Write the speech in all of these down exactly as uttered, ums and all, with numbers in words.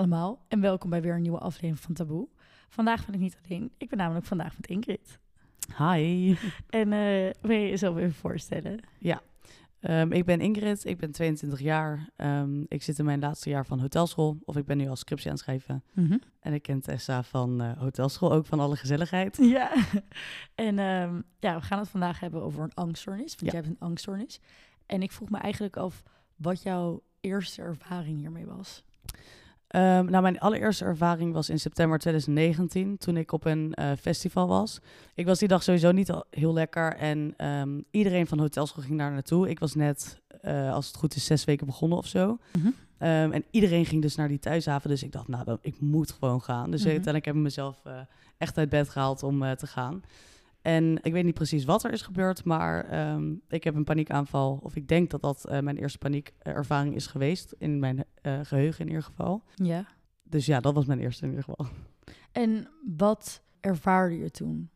allemaal en welkom bij weer een nieuwe aflevering van Taboe. Vandaag ben ik niet alleen, ik ben namelijk vandaag met Ingrid. Hi. En uh, wil je jezelf even voorstellen? Ja, um, ik ben Ingrid, ik ben tweeëntwintig jaar. Um, ik zit in mijn laatste jaar van hotelschool, of ik ben nu als scriptie aan het schrijven. Mm-hmm. En ik ken Tessa van uh, hotelschool, ook van alle gezelligheid. Ja, en um, ja, we gaan het vandaag hebben over een angststoornis, want ja. jij hebt een angststoornis. En ik vroeg me eigenlijk af wat jouw eerste ervaring hiermee was. Um, nou, mijn allereerste ervaring was in september twintig negentien, toen ik op een uh, festival was. Ik was die dag sowieso niet al heel lekker en um, iedereen van hotelschool ging daar naartoe. Ik was net, uh, als het goed is, zes weken begonnen of zo. Mm-hmm. Um, en iedereen ging dus naar die thuishaven, dus ik dacht, nou, dan, ik moet gewoon gaan. Dus mm-hmm. uiteindelijk heb ik mezelf uh, echt uit bed gehaald om uh, te gaan. En ik weet niet precies wat er is gebeurd, maar um, ik heb een paniekaanval, of ik denk dat dat uh, mijn eerste paniekervaring is geweest, in mijn uh, geheugen in ieder geval. Ja. Dus ja, dat was mijn eerste in ieder geval. En wat ervaarde je toen?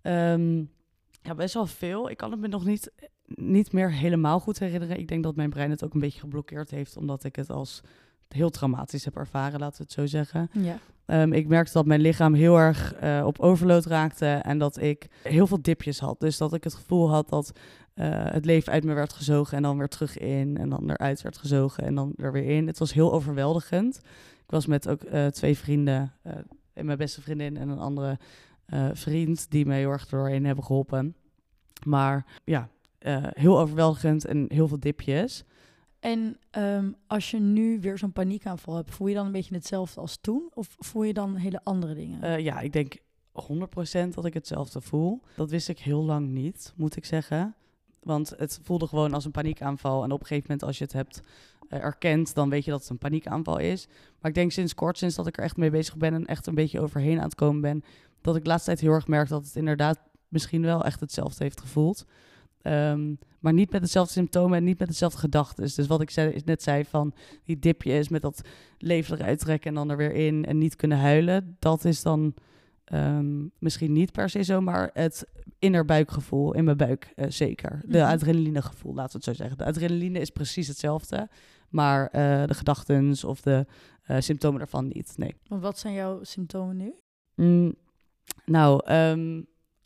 Um, ja, best wel veel. Ik kan het me nog niet, niet meer helemaal goed herinneren. Ik denk dat mijn brein het ook een beetje geblokkeerd heeft, omdat ik het als heel traumatisch heb ervaren, laten we het zo zeggen. Ja. Um, ik merkte dat mijn lichaam heel erg uh, op overload raakte en dat ik heel veel dipjes had. Dus dat ik het gevoel had dat uh, het leven uit me werd gezogen en dan weer terug in en dan eruit werd gezogen en dan er weer in. Het was heel overweldigend. Ik was met ook uh, twee vrienden, uh, mijn beste vriendin en een andere uh, vriend die me heel erg doorheen hebben geholpen. Maar ja, uh, heel overweldigend en heel veel dipjes. En um, als je nu weer zo'n paniekaanval hebt, voel je dan een beetje hetzelfde als toen? Of voel je dan hele andere dingen? Uh, ja, ik denk honderd procent dat ik hetzelfde voel. Dat wist ik heel lang niet, moet ik zeggen. Want het voelde gewoon als een paniekaanval. En op een gegeven moment als je het hebt uh, erkend, dan weet je dat het een paniekaanval is. Maar ik denk sinds kort, sinds dat ik er echt mee bezig ben en echt een beetje overheen aan het komen ben, dat ik de laatste tijd heel erg merk dat het inderdaad misschien wel echt hetzelfde heeft gevoeld. Um, maar niet met dezelfde symptomen en niet met dezelfde gedachten. Dus wat ik zei, net zei van die dipjes met dat leven eruit trekken en dan er weer in en niet kunnen huilen. Dat is dan um, misschien niet per se zo, maar het innerbuikgevoel in mijn buik uh, zeker. De mm-hmm. adrenalinegevoel, laten we het zo zeggen. De adrenaline is precies hetzelfde, maar uh, de gedachtens of de uh, symptomen daarvan niet, nee. Maar wat zijn jouw symptomen nu? Mm, nou, um,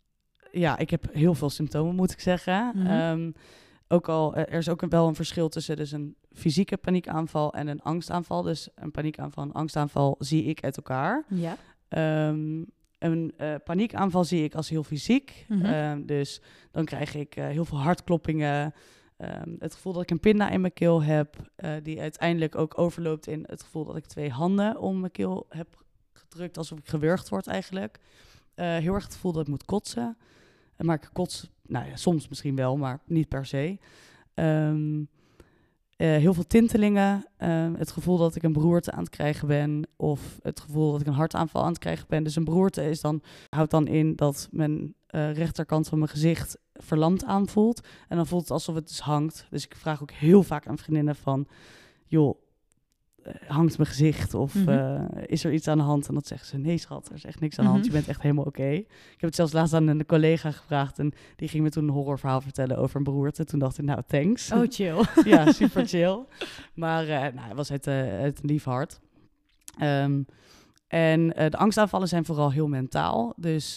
ja, ik heb heel veel symptomen, moet ik zeggen. Mm-hmm. Um, ook al, er is ook wel een verschil tussen dus een fysieke paniekaanval en een angstaanval. Dus een paniekaanval en een angstaanval zie ik uit elkaar. Ja. Um, een uh, paniekaanval zie ik als heel fysiek. Mm-hmm. Um, dus dan krijg ik uh, heel veel hartkloppingen. Um, het gevoel dat ik een pinda in mijn keel heb, uh, die uiteindelijk ook overloopt in het gevoel dat ik twee handen om mijn keel heb gedrukt, alsof ik gewurgd word eigenlijk. Uh, heel erg het gevoel dat ik moet kotsen. Maar ik kots, nou ja, soms misschien wel, maar niet per se. Um, uh, heel veel tintelingen. Uh, het gevoel dat ik een beroerte aan het krijgen ben. Of het gevoel dat ik een hartaanval aan het krijgen ben. Dus een beroerte is dan, houdt dan in dat mijn uh, rechterkant van mijn gezicht verlamd aanvoelt. En dan voelt het alsof het dus hangt. Dus ik vraag ook heel vaak aan vriendinnen van, joh, hangt mijn gezicht of mm-hmm. uh, is er iets aan de hand? En dat zeggen ze, nee schat, er is echt niks aan de hand. Mm-hmm. Je bent echt helemaal oké. Okay. Ik heb het zelfs laatst aan een collega gevraagd en die ging me toen een horrorverhaal vertellen over een beroerte. Toen dacht ik, nou thanks. Oh, chill. Ja, super chill. Maar uh, nou, het was uit, uh, uit een lief hart. Um, en uh, de angstaanvallen zijn vooral heel mentaal. Dus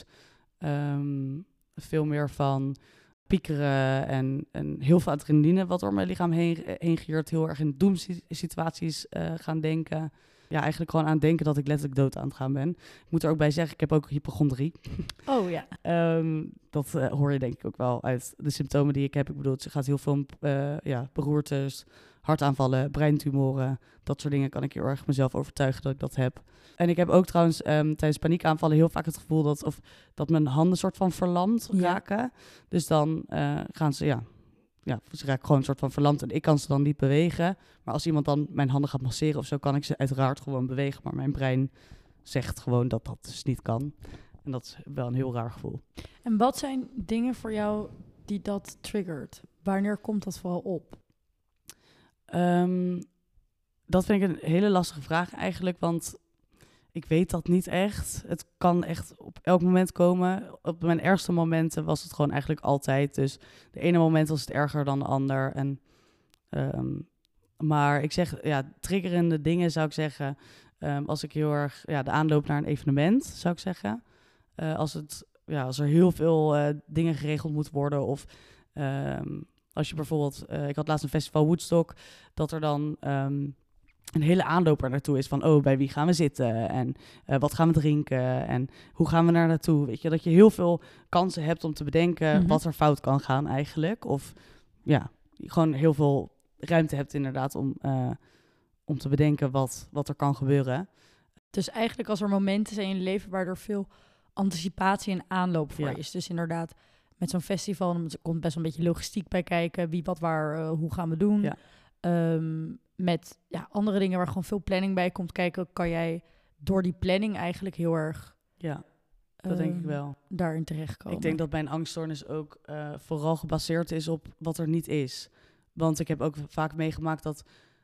um, veel meer van piekeren en, en heel veel adrenaline wat door mijn lichaam heen, heen giert. Heel erg in doemsituaties uh, gaan denken. Ja, eigenlijk gewoon aan denken dat ik letterlijk dood aan het gaan ben. Ik moet er ook bij zeggen, ik heb ook hypochondrie. Oh ja. um, dat uh, hoor je denk ik ook wel uit de symptomen die ik heb. Ik bedoel, het gaat heel veel om uh, ja, beroertes, hartaanvallen, breintumoren. Dat soort dingen kan ik heel erg mezelf overtuigen dat ik dat heb. En ik heb ook trouwens um, tijdens paniekaanvallen heel vaak het gevoel dat, of, dat mijn handen soort van verlamd ja. raken. Dus dan uh, gaan ze, ja, ja, ze raken gewoon een soort van verlamd en ik kan ze dan niet bewegen. Maar als iemand dan mijn handen gaat masseren of zo, kan ik ze uiteraard gewoon bewegen. Maar mijn brein zegt gewoon dat dat dus niet kan. En dat is wel een heel raar gevoel. En wat zijn dingen voor jou die dat triggert? Wanneer komt dat vooral op? Um, dat vind ik een hele lastige vraag eigenlijk, want ik weet dat niet echt. Het kan echt op elk moment komen. Op mijn ergste momenten was het gewoon eigenlijk altijd. Dus de ene moment was het erger dan de ander. En, um, maar ik zeg, ja, triggerende dingen zou ik zeggen. Um, als ik heel erg ja, de aanloop naar een evenement, zou ik zeggen. Uh, als, het, ja, als er heel veel uh, dingen geregeld moeten worden. Of um, als je bijvoorbeeld... Uh, ik had laatst een festival Woodstock. Dat er dan um, een hele aanloop er naartoe is. Van, oh, bij wie gaan we zitten? En uh, wat gaan we drinken? En hoe gaan we naar naartoe? Weet je, dat je heel veel kansen hebt om te bedenken... Mm-hmm. wat er fout kan gaan eigenlijk. Of ja, gewoon heel veel ruimte hebt inderdaad om... Uh, om te bedenken wat, wat er kan gebeuren. Dus eigenlijk als er momenten zijn in je leven waar er veel anticipatie en aanloop voor ja. is. Dus inderdaad, met zo'n festival er komt best wel een beetje logistiek bij kijken. Wie, wat, waar, uh, hoe gaan we doen. Ja. Um, met ja, andere dingen waar gewoon veel planning bij komt kijken, kan jij door die planning eigenlijk heel erg... Ja, dat um, denk ik wel. Daarin terechtkomen. Ik denk dat mijn angststoornis ook uh, vooral gebaseerd is op wat er niet is. Want ik heb ook vaak meegemaakt dat...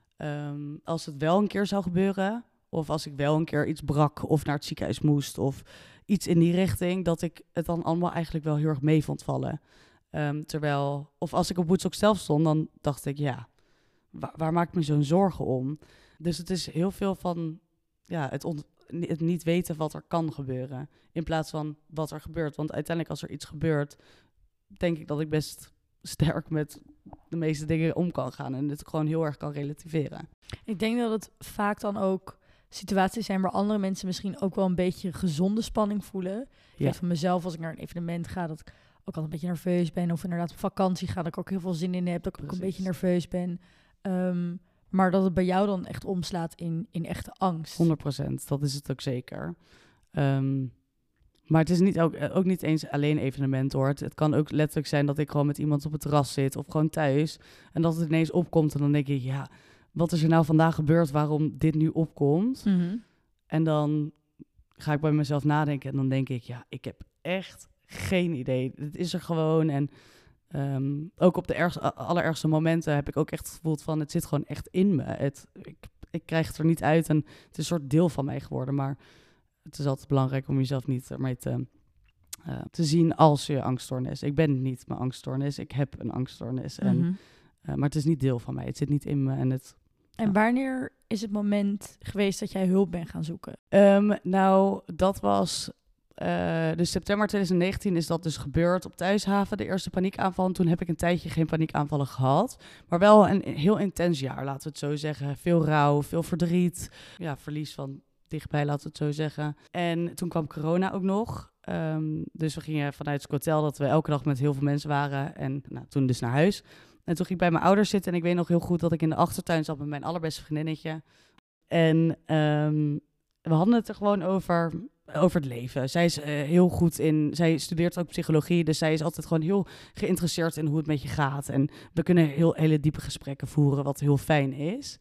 Um, als het wel een keer zou gebeuren, of als ik wel een keer iets brak of naar het ziekenhuis moest of iets in die richting, dat ik het dan allemaal eigenlijk wel heel erg mee vond vallen. Um, terwijl, of als ik op Woodstock zelf stond, dan dacht ik, ja, waar, waar maak ik me zo'n zorgen om? Dus het is heel veel van ja, het, on- het niet weten wat er kan gebeuren, in plaats van wat er gebeurt. Want uiteindelijk als er iets gebeurt, denk ik dat ik best sterk met de meeste dingen om kan gaan en het gewoon heel erg kan relativeren. Ik denk dat het vaak dan ook situaties zijn waar andere mensen misschien ook wel een beetje gezonde spanning voelen. Ik ja. weet van mezelf, als ik naar een evenement ga, dat ik ook altijd een beetje nerveus ben. Of inderdaad op vakantie ga, dat ik ook heel veel zin in heb, dat ik Precies. ook een beetje nerveus ben. Um, maar dat het bij jou dan echt omslaat in, in echte angst. honderd procent, dat is het ook zeker. Um, Maar het is niet ook, ook niet eens alleen evenement hoor. Het, het kan ook letterlijk zijn dat ik gewoon met iemand op het terras zit of gewoon thuis. En dat het ineens opkomt en dan denk ik, ja, wat is er nou vandaag gebeurd waarom dit nu opkomt? Mm-hmm. En dan ga ik bij mezelf nadenken en dan denk ik, ja, ik heb echt geen idee. Het is er gewoon en um, ook op de ergste, allerergste momenten heb ik ook echt gevoeld van, het zit gewoon echt in me. Het, ik, ik krijg het er niet uit en het is een soort deel van mij geworden, maar... Het is altijd belangrijk om jezelf niet ermee te, uh, te zien als je angststoornis. Ik ben niet mijn angststoornis. Ik heb een angststoornis. Mm-hmm. En, uh, maar het is niet deel van mij. Het zit niet in me. En, het, en ja. Wanneer is het moment geweest dat jij hulp bent gaan zoeken? Um, nou, dat was... Uh, dus september twintig negentien is dat dus gebeurd op Thuishaven. De eerste paniekaanval. En toen heb ik een tijdje geen paniekaanvallen gehad. Maar wel een heel intens jaar, laten we het zo zeggen. Veel rouw, veel verdriet. Ja, verlies van... dichtbij, laten we het zo zeggen. En toen kwam corona ook nog. Um, dus we gingen vanuit het hotel dat we elke dag met heel veel mensen waren. En nou, toen dus naar huis. En toen ging ik bij mijn ouders zitten. En ik weet nog heel goed dat ik in de achtertuin zat met mijn allerbeste vriendinnetje. En um, we hadden het er gewoon over, over het leven. Zij is uh, heel goed in... Zij studeert ook psychologie. Dus zij is altijd gewoon heel geïnteresseerd in hoe het met je gaat. En we kunnen heel hele diepe gesprekken voeren, wat heel fijn is.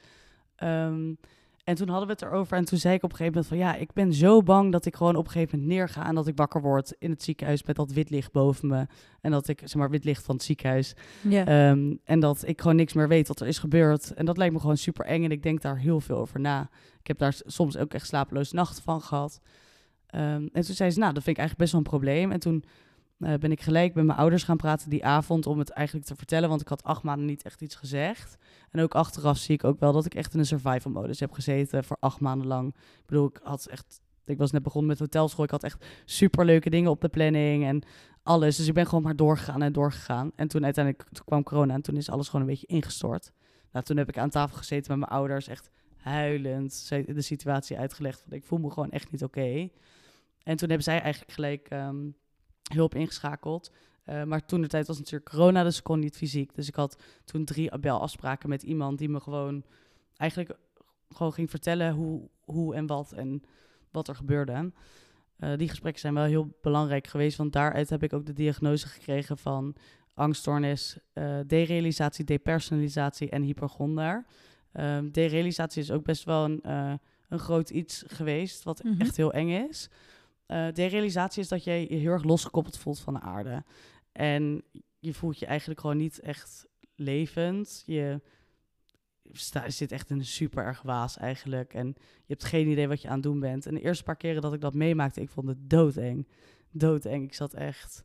Um, En toen hadden we het erover en toen zei ik op een gegeven moment van... ja, ik ben zo bang dat ik gewoon op een gegeven moment neerga... en dat ik wakker word in het ziekenhuis met dat wit licht boven me. En dat ik, zeg maar, wit licht van het ziekenhuis. Yeah. Um, en dat ik gewoon niks meer weet wat er is gebeurd. En dat lijkt me gewoon super eng en ik denk daar heel veel over na. Ik heb daar soms ook echt slapeloze nachten van gehad. Um, en toen zei ze, nou, dat vind ik eigenlijk best wel een probleem. En toen uh, ben ik gelijk met mijn ouders gaan praten die avond... om het eigenlijk te vertellen, want ik had acht maanden niet echt iets gezegd... En ook achteraf zie ik ook wel dat ik echt in een survival modus heb gezeten voor acht maanden lang. Ik bedoel, ik had echt, ik was net begonnen met hotelschool. Ik had echt superleuke dingen op de planning en alles. Dus ik ben gewoon maar doorgegaan en doorgegaan. En toen uiteindelijk toen kwam corona en toen is alles gewoon een beetje ingestort. Nou, toen heb ik aan tafel gezeten met mijn ouders, echt huilend de situatie uitgelegd. Want ik voel me gewoon echt niet oké. Okay. En toen hebben zij eigenlijk gelijk um, hulp ingeschakeld. Uh, maar toen de tijd was natuurlijk corona, dus ik kon niet fysiek. Dus ik had toen drie belafspraken met iemand die me gewoon eigenlijk gewoon ging vertellen hoe, hoe en wat en wat er gebeurde. Uh, die gesprekken zijn wel heel belangrijk geweest, want daaruit heb ik ook de diagnose gekregen van angststoornis, uh, derealisatie, depersonalisatie en hypochonder. Uh, derealisatie is ook best wel een, uh, een groot iets geweest, wat mm-hmm. echt heel eng is. Uh, derealisatie is dat je je heel erg losgekoppeld voelt van de aarde. En je voelt je eigenlijk gewoon niet echt levend. Je sta, zit echt in een super erg waas eigenlijk. En je hebt geen idee wat je aan het doen bent. En de eerste paar keren dat ik dat meemaakte, ik vond het doodeng. Doodeng. Ik zat echt...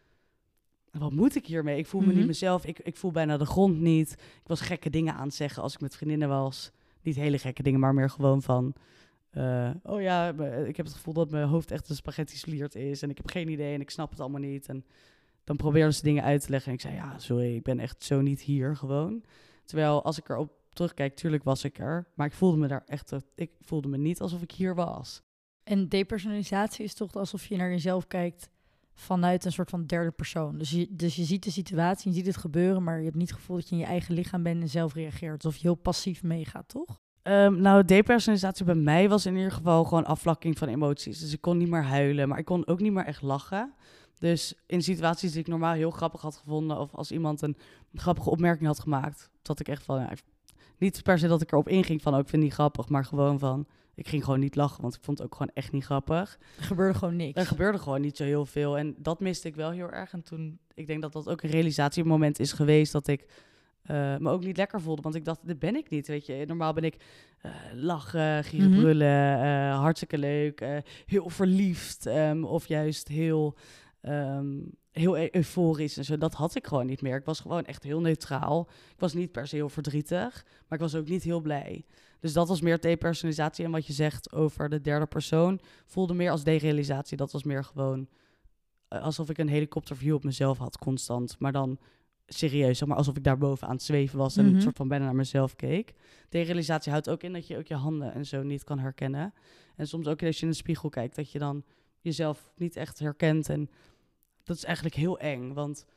Wat moet ik hiermee? Ik voel me mm-hmm. niet mezelf. Ik, ik voel bijna de grond niet. Ik was gekke dingen aan het zeggen als ik met vriendinnen was. Niet hele gekke dingen, maar meer gewoon van... Uh, oh ja, ik heb het gevoel dat mijn hoofd echt een spaghetti sliert is. En ik heb geen idee en ik snap het allemaal niet. En dan probeerden ze dingen uit te leggen. En ik zei, ja, sorry, ik ben echt zo niet hier gewoon. Terwijl als ik erop terugkijk, tuurlijk was ik er. Maar ik voelde me daar echt, ik voelde me niet alsof ik hier was. En depersonalisatie is toch alsof je naar jezelf kijkt vanuit een soort van derde persoon. Dus je, dus je ziet de situatie, je ziet het gebeuren, maar je hebt niet het gevoel dat je in je eigen lichaam bent en zelf reageert. Alsof je heel passief meegaat, toch? Um, nou, depersonalisatie bij mij was in ieder geval gewoon afvlakking van emoties. Dus ik kon niet meer huilen, maar ik kon ook niet meer echt lachen. Dus in situaties die ik normaal heel grappig had gevonden, of als iemand een grappige opmerking had gemaakt, dat ik echt van, ja, niet per se dat ik erop inging van, oh, ik vind het niet grappig, maar gewoon van, ik ging gewoon niet lachen, want ik vond het ook gewoon echt niet grappig. Er gebeurde gewoon niks. Er gebeurde gewoon niet zo heel veel en dat miste ik wel heel erg. En toen, ik denk dat dat ook een realisatiemoment is geweest, dat ik uh, me ook niet lekker voelde, want ik dacht, dit ben ik niet, weet je. Normaal ben ik uh, lachen, gieren, Mhm. brullen, uh, hartstikke leuk, uh, heel verliefd, um, of juist heel... Um, heel e- euforisch en zo. Dat had ik gewoon niet meer. Ik was gewoon echt heel neutraal. Ik was niet per se heel verdrietig, maar ik was ook niet heel blij. Dus dat was meer depersonalisatie. En wat je zegt over de derde persoon voelde meer als derealisatie. Dat was meer gewoon uh, alsof ik een helikopterview op mezelf had constant. Maar dan serieus, zeg maar alsof ik daarboven aan het zweven was en Mhm. een soort van bijna naar mezelf keek. Derealisatie houdt ook in dat je ook je handen en zo niet kan herkennen. En soms ook als je in de spiegel kijkt, dat je dan jezelf niet echt herkent. En dat is eigenlijk heel eng, want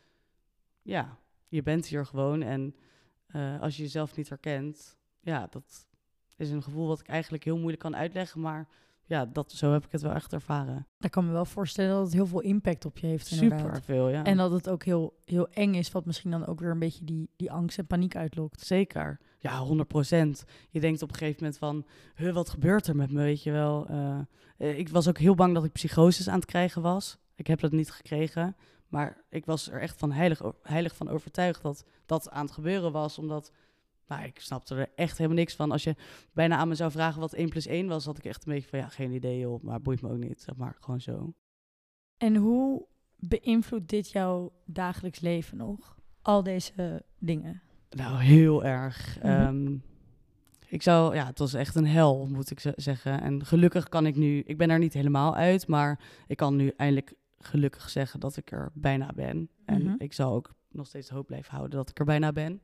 ja, je bent hier gewoon en uh, als je jezelf niet herkent, ja, dat is een gevoel wat ik eigenlijk heel moeilijk kan uitleggen, maar ja, dat, zo heb ik het wel echt ervaren. Ik kan me wel voorstellen dat het heel veel impact op je heeft, inderdaad. Super veel, ja. En dat het ook heel, heel eng is, wat misschien dan ook weer een beetje die, die angst en paniek uitlokt. Zeker, ja, honderd procent. Je denkt op een gegeven moment van, huh, wat gebeurt er met me, weet je wel. Uh, ik was ook heel bang dat ik psychoses aan het krijgen was. Ik heb dat niet gekregen, maar ik was er echt van heilig, heilig van overtuigd dat dat aan het gebeuren was. Omdat, nou, ik snapte er echt helemaal niks van. Als je bijna aan me zou vragen wat één plus één was, had ik echt een beetje van, ja, geen idee joh, maar boeit me ook niet, zeg maar, gewoon zo. En hoe beïnvloedt dit jouw dagelijks leven nog? Al deze dingen? Nou, heel erg. Mm-hmm. Um, ik zou, ja, het was echt een hel, moet ik z- zeggen. En gelukkig kan ik nu, ik ben er niet helemaal uit, maar ik kan nu eindelijk gelukkig zeggen dat ik er bijna ben. En Mm-hmm. ik zal ook nog steeds hoop blijven houden dat ik er bijna ben.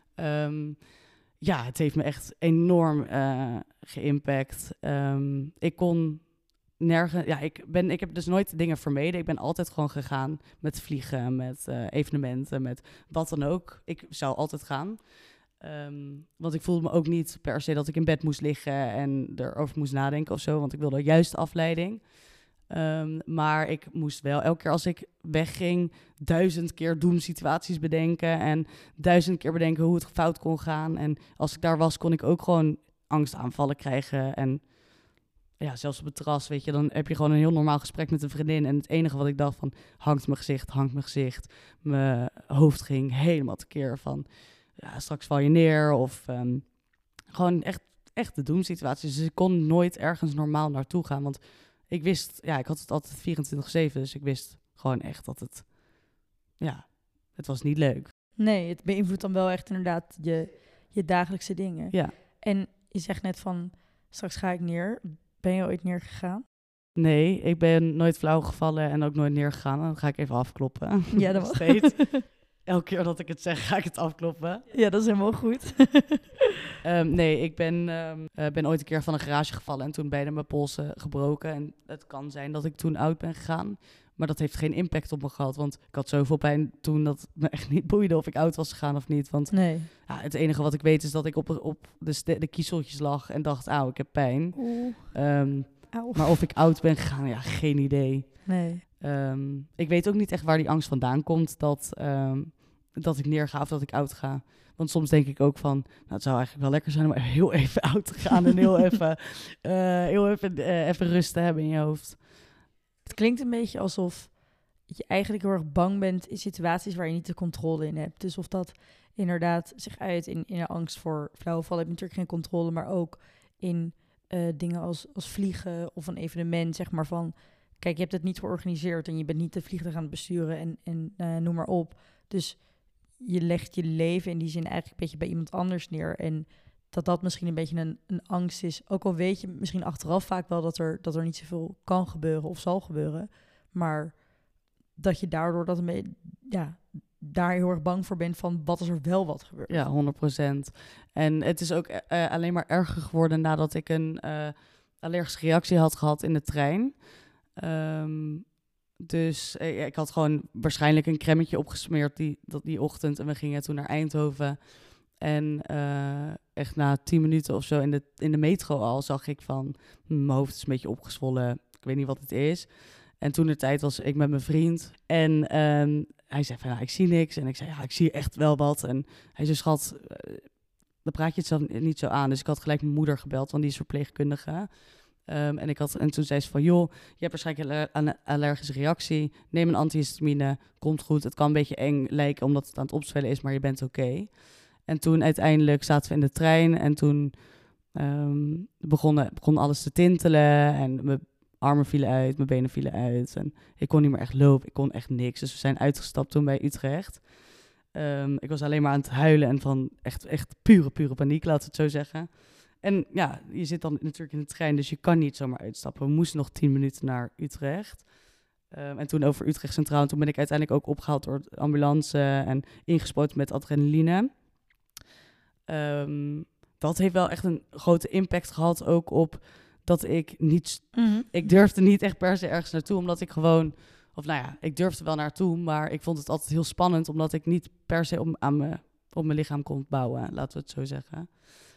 Um, ja, het heeft me echt enorm uh, geïmpact. Um, ik kon nergens, ja, ik, ben, ik heb dus nooit dingen vermeden. Ik ben altijd gewoon gegaan met vliegen, met uh, evenementen, met wat dan ook. Ik zou altijd gaan. Um, want ik voelde me ook niet per se dat ik in bed moest liggen en erover moest nadenken of zo. Want ik wilde juist afleiding. Um, maar ik moest wel elke keer als ik wegging duizend keer doemsituaties bedenken. En duizend keer bedenken hoe het fout kon gaan. En als ik daar was, kon ik ook gewoon angstaanvallen krijgen. En ja, zelfs op het terras, weet je, dan heb je gewoon een heel normaal gesprek met een vriendin. En het enige wat ik dacht van, hangt mijn gezicht, hangt mijn gezicht. Mijn hoofd ging helemaal tekeer van, ja, straks val je neer. Of um, gewoon echt, echt de doemsituaties. Dus ik kon nooit ergens normaal naartoe gaan, want ik wist, ja, ik had het altijd vierentwintig zeven, dus ik wist gewoon echt dat het, ja, het was niet leuk. Nee, het beïnvloedt dan wel echt inderdaad je, je dagelijkse dingen. Ja. En je zegt net van, straks ga ik neer. Ben je ooit neergegaan? Nee, ik ben nooit flauw gevallen en ook nooit neergegaan. Dan ga ik even afkloppen. Ja, dat mag. Steeds. Elke keer dat ik het zeg, ga ik het afkloppen. Ja, dat is helemaal goed. um, nee, ik ben, um, uh, ben ooit een keer van een garage gevallen en toen beide mijn polsen gebroken. En het kan zijn dat ik toen oud ben gegaan. Maar dat heeft geen impact op me gehad. Want ik had zoveel pijn toen dat het me echt niet boeide of ik oud was gegaan of niet. Want nee. Ja, het enige wat ik weet is dat ik op, op de, st- de kiezeltjes lag en dacht, auw, ik heb pijn. Um, maar of ik oud ben gegaan, ja, geen idee. Nee. Um, ik weet ook niet echt waar die angst vandaan komt dat, um, dat ik neerga of dat ik oud ga. Want soms denk ik ook van, nou, het zou eigenlijk wel lekker zijn om heel even oud te gaan en heel even, uh, heel even, uh, even rust te hebben in je hoofd. Het klinkt een beetje alsof je eigenlijk heel erg bang bent in situaties waar je niet de controle in hebt. Dus of dat inderdaad zich uit in, in een angst voor flauwvallen, heb je natuurlijk geen controle, maar ook in uh, dingen als, als vliegen of een evenement, zeg maar van, kijk, je hebt het niet georganiseerd en je bent niet de vliegtuig aan het besturen en, en uh, noem maar op. Dus je legt je leven in die zin eigenlijk een beetje bij iemand anders neer en dat dat misschien een beetje een, een angst is. Ook al weet je misschien achteraf vaak wel dat er, dat er niet zoveel kan gebeuren of zal gebeuren. Maar dat je daardoor dat een beetje, ja, daar heel erg bang voor bent van wat als er wel wat gebeurt. Ja, honderd procent. En het is ook uh, alleen maar erger geworden nadat ik een uh, allergische reactie had gehad in de trein. Um, dus uh, ik had gewoon waarschijnlijk een cremmetje opgesmeerd die, dat, die ochtend. En we gingen toen naar Eindhoven. En uh, echt na tien minuten of zo in de, in de metro al zag ik van... mijn hoofd is een beetje opgezwollen, ik weet niet wat het is. En toen de tijd was ik met mijn vriend. En um, hij zei van, ja, ik zie niks. En ik zei, ja, ik zie echt wel wat. En hij zei, schat, uh, dan praat je het zelf niet zo aan. Dus ik had gelijk mijn moeder gebeld, want die is verpleegkundige. Um, en, ik had, en toen zei ze van, joh, je hebt waarschijnlijk een allergische reactie. Neem een antihistamine, komt goed. Het kan een beetje eng lijken, omdat het aan het opzwellen is, maar je bent oké. Okay. En toen uiteindelijk zaten we in de trein. En toen um, begon, begon alles te tintelen. En mijn armen vielen uit, mijn benen vielen uit. En ik kon niet meer echt lopen, ik kon echt niks. Dus we zijn uitgestapt toen bij Utrecht. Um, ik was alleen maar aan het huilen en van echt, echt pure, pure paniek, laten we het zo zeggen. En ja, je zit dan natuurlijk in de trein, dus je kan niet zomaar uitstappen. We moesten nog tien minuten naar Utrecht. Um, en toen over Utrecht Centraal. En toen ben ik uiteindelijk ook opgehaald door de ambulance en ingespoten met adrenaline. Um, dat heeft wel echt een grote impact gehad ook op dat ik niet... Mm-hmm. Ik durfde niet echt per se ergens naartoe, omdat ik gewoon... Of nou ja, ik durfde wel naartoe, maar ik vond het altijd heel spannend, omdat ik niet per se op, aan me, op mijn lichaam kon bouwen, laten we het zo zeggen.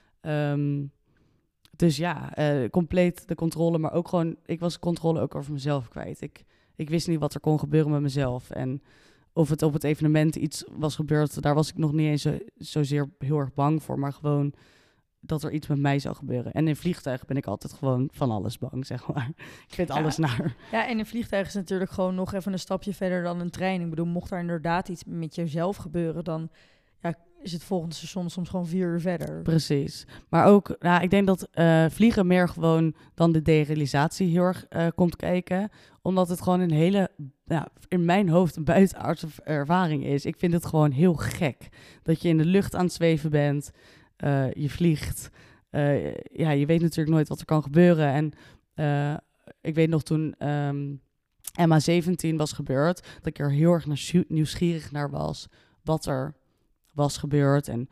Um, dus ja, uh, compleet de controle, maar ook gewoon... Ik was controle ook over mezelf kwijt. Ik, ik wist niet wat er kon gebeuren met mezelf. En of het op het evenement iets was gebeurd, daar was ik nog niet eens zo, zozeer heel erg bang voor, maar gewoon dat er iets met mij zou gebeuren. En in vliegtuigen ben ik altijd gewoon van alles bang, zeg maar. Ik vind ja. alles naar. Ja, en een vliegtuig is natuurlijk gewoon nog even een stapje verder dan een trein. Ik bedoel, mocht daar inderdaad iets met jezelf gebeuren, dan ja, is het volgende station soms gewoon vier uur verder. Precies. Maar ook, nou, ik denk dat uh, vliegen meer gewoon dan de derealisatie heel erg uh, komt kijken. Omdat het gewoon een hele, ja, in mijn hoofd een buitenaardse ervaring is. Ik vind het gewoon heel gek dat je in de lucht aan het zweven bent. Uh, je vliegt. Uh, ja, je weet natuurlijk nooit wat er kan gebeuren. En uh, ik weet nog toen um, M H zeventien was gebeurd, dat ik er heel erg nieuwsgierig naar was wat er was gebeurd en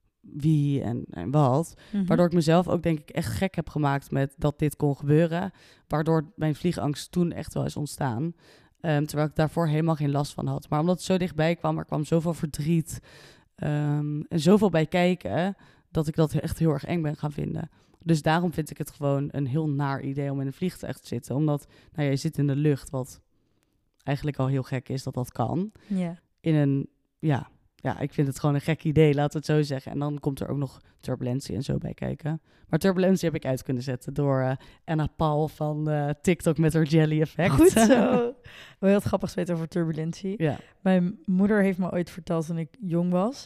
wie en, en wat. Mm-hmm. Waardoor ik mezelf ook denk ik echt gek heb gemaakt met dat dit kon gebeuren. Waardoor mijn vliegangst toen echt wel is ontstaan. Um, terwijl ik daarvoor helemaal geen last van had. Maar omdat het zo dichtbij kwam, er kwam zoveel verdriet um, en zoveel bij kijken, dat ik dat echt heel erg eng ben gaan vinden. Dus daarom vind ik het gewoon een heel naar idee om in een vliegtuig te zitten. Omdat, nou ja, je zit in de lucht, wat eigenlijk al heel gek is dat dat kan. Yeah. In een, ja, ja, ik vind het gewoon een gek idee, laten we het zo zeggen. En dan komt er ook nog turbulentie en zo bij kijken. Maar turbulentie heb ik uit kunnen zetten door uh, Anna Paul van uh, TikTok met haar jelly effect. Goed zo. Wel heel grappig weten over turbulentie. Ja. Mijn moeder heeft me ooit verteld toen ik jong was.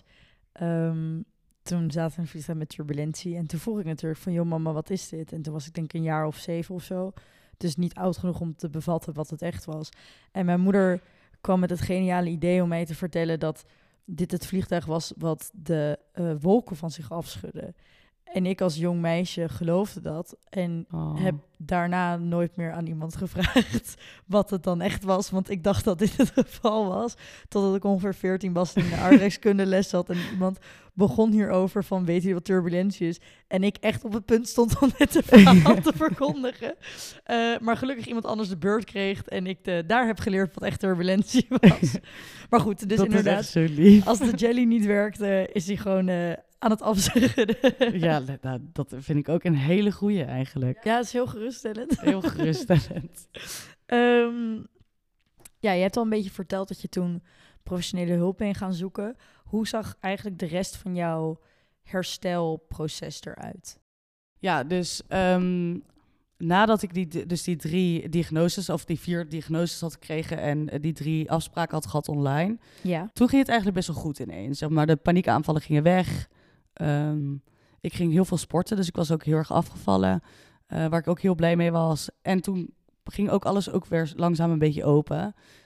Um, Toen zaten we in een vliegtuig met turbulentie. En toen vroeg ik natuurlijk van, joh mama, wat is dit? En toen was ik denk een jaar of zeven of zo. Dus niet oud genoeg om te bevatten wat het echt was. En mijn moeder kwam met het geniale idee om mij te vertellen dat dit het vliegtuig was wat de uh, wolken van zich afschudde. En ik als jong meisje geloofde dat. En oh. heb daarna nooit meer aan iemand gevraagd wat het dan echt was. Want ik dacht dat dit het geval was. Totdat ik ongeveer veertien was en in de aardrijkskunde les had. En iemand begon hierover van, weet je wat turbulentie is? En ik echt op het punt stond om het verhaal te verkondigen. Uh, maar gelukkig iemand anders de beurt kreeg. En ik de, daar heb geleerd wat echt turbulentie was. Maar goed, dus dat inderdaad, is echt zo lief. Als de jelly niet werkte, is hij gewoon uh, aan het afschudden. Ja, nou, dat vind ik ook een hele goeie eigenlijk. Ja, het is heel geruststellend. Heel geruststellend. um, ja, je hebt al een beetje verteld dat je toen professionele hulp bent gaan zoeken. Hoe zag eigenlijk de rest van jouw herstelproces eruit? Ja, dus um, nadat ik die, dus die drie diagnoses of die vier diagnoses had gekregen en die drie afspraken had gehad online, ja. Toen ging het eigenlijk best wel goed ineens. Zeg maar de paniekaanvallen gingen weg. Um, ik ging heel veel sporten, dus ik was ook heel erg afgevallen, uh, waar ik ook heel blij mee was. En toen ging ook alles ook weer langzaam een beetje open.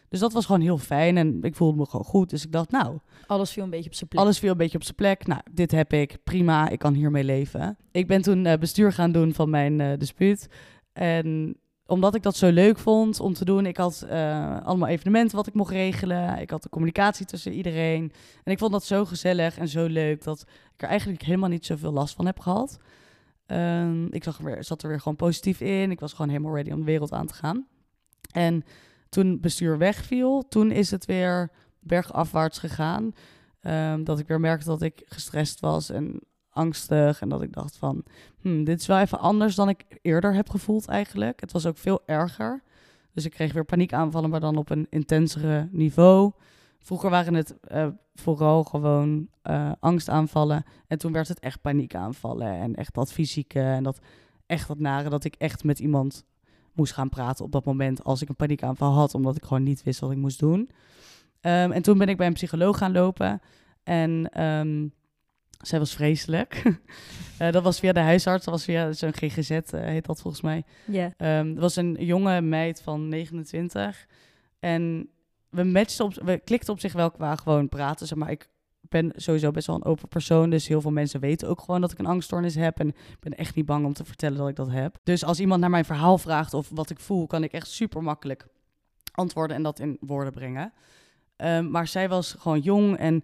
Dus dat was gewoon heel fijn en ik voelde me gewoon goed. Dus ik dacht, nou... Alles viel een beetje op zijn plek. Alles viel een beetje op zijn plek. Nou, dit heb ik. Prima, ik kan hiermee leven. Ik ben toen uh, bestuur gaan doen van mijn uh, dispuut. En omdat ik dat zo leuk vond om te doen... Ik had uh, allemaal evenementen wat ik mocht regelen. Ik had de communicatie tussen iedereen. En ik vond dat zo gezellig en zo leuk... dat ik er eigenlijk helemaal niet zoveel last van heb gehad. Um, ik zag er weer, zat er weer gewoon positief in. Ik was gewoon helemaal ready om de wereld aan te gaan. En toen bestuur wegviel, toen is het weer bergafwaarts gegaan. Um, dat ik weer merkte dat ik gestrest was en angstig. En dat ik dacht van, hmm, dit is wel even anders dan ik eerder heb gevoeld eigenlijk. Het was ook veel erger. Dus ik kreeg weer paniekaanvallen, maar dan op een intensere niveau. Vroeger waren het uh, vooral gewoon uh, angstaanvallen. En toen werd het echt paniekaanvallen. En echt dat fysieke en dat echt dat nare. Dat ik echt met iemand moest gaan praten op dat moment als ik een paniekaanval had. Omdat ik gewoon niet wist wat ik moest doen. Um, en toen ben ik bij een psycholoog gaan lopen. En um, zij was vreselijk. uh, dat was via de huisarts. Dat was via zo'n G G Z, uh, heet dat volgens mij. Ja. Yeah. Um, dat was een jonge meid van negenentwintig. En... We matchten op, we klikten op zich wel qua gewoon praten. Zeg maar, ik ben sowieso best wel een open persoon. Dus heel veel mensen weten ook gewoon dat ik een angststoornis heb. En ik ben echt niet bang om te vertellen dat ik dat heb. Dus als iemand naar mijn verhaal vraagt of wat ik voel, kan ik echt super makkelijk antwoorden en dat in woorden brengen. Um, maar zij was gewoon jong en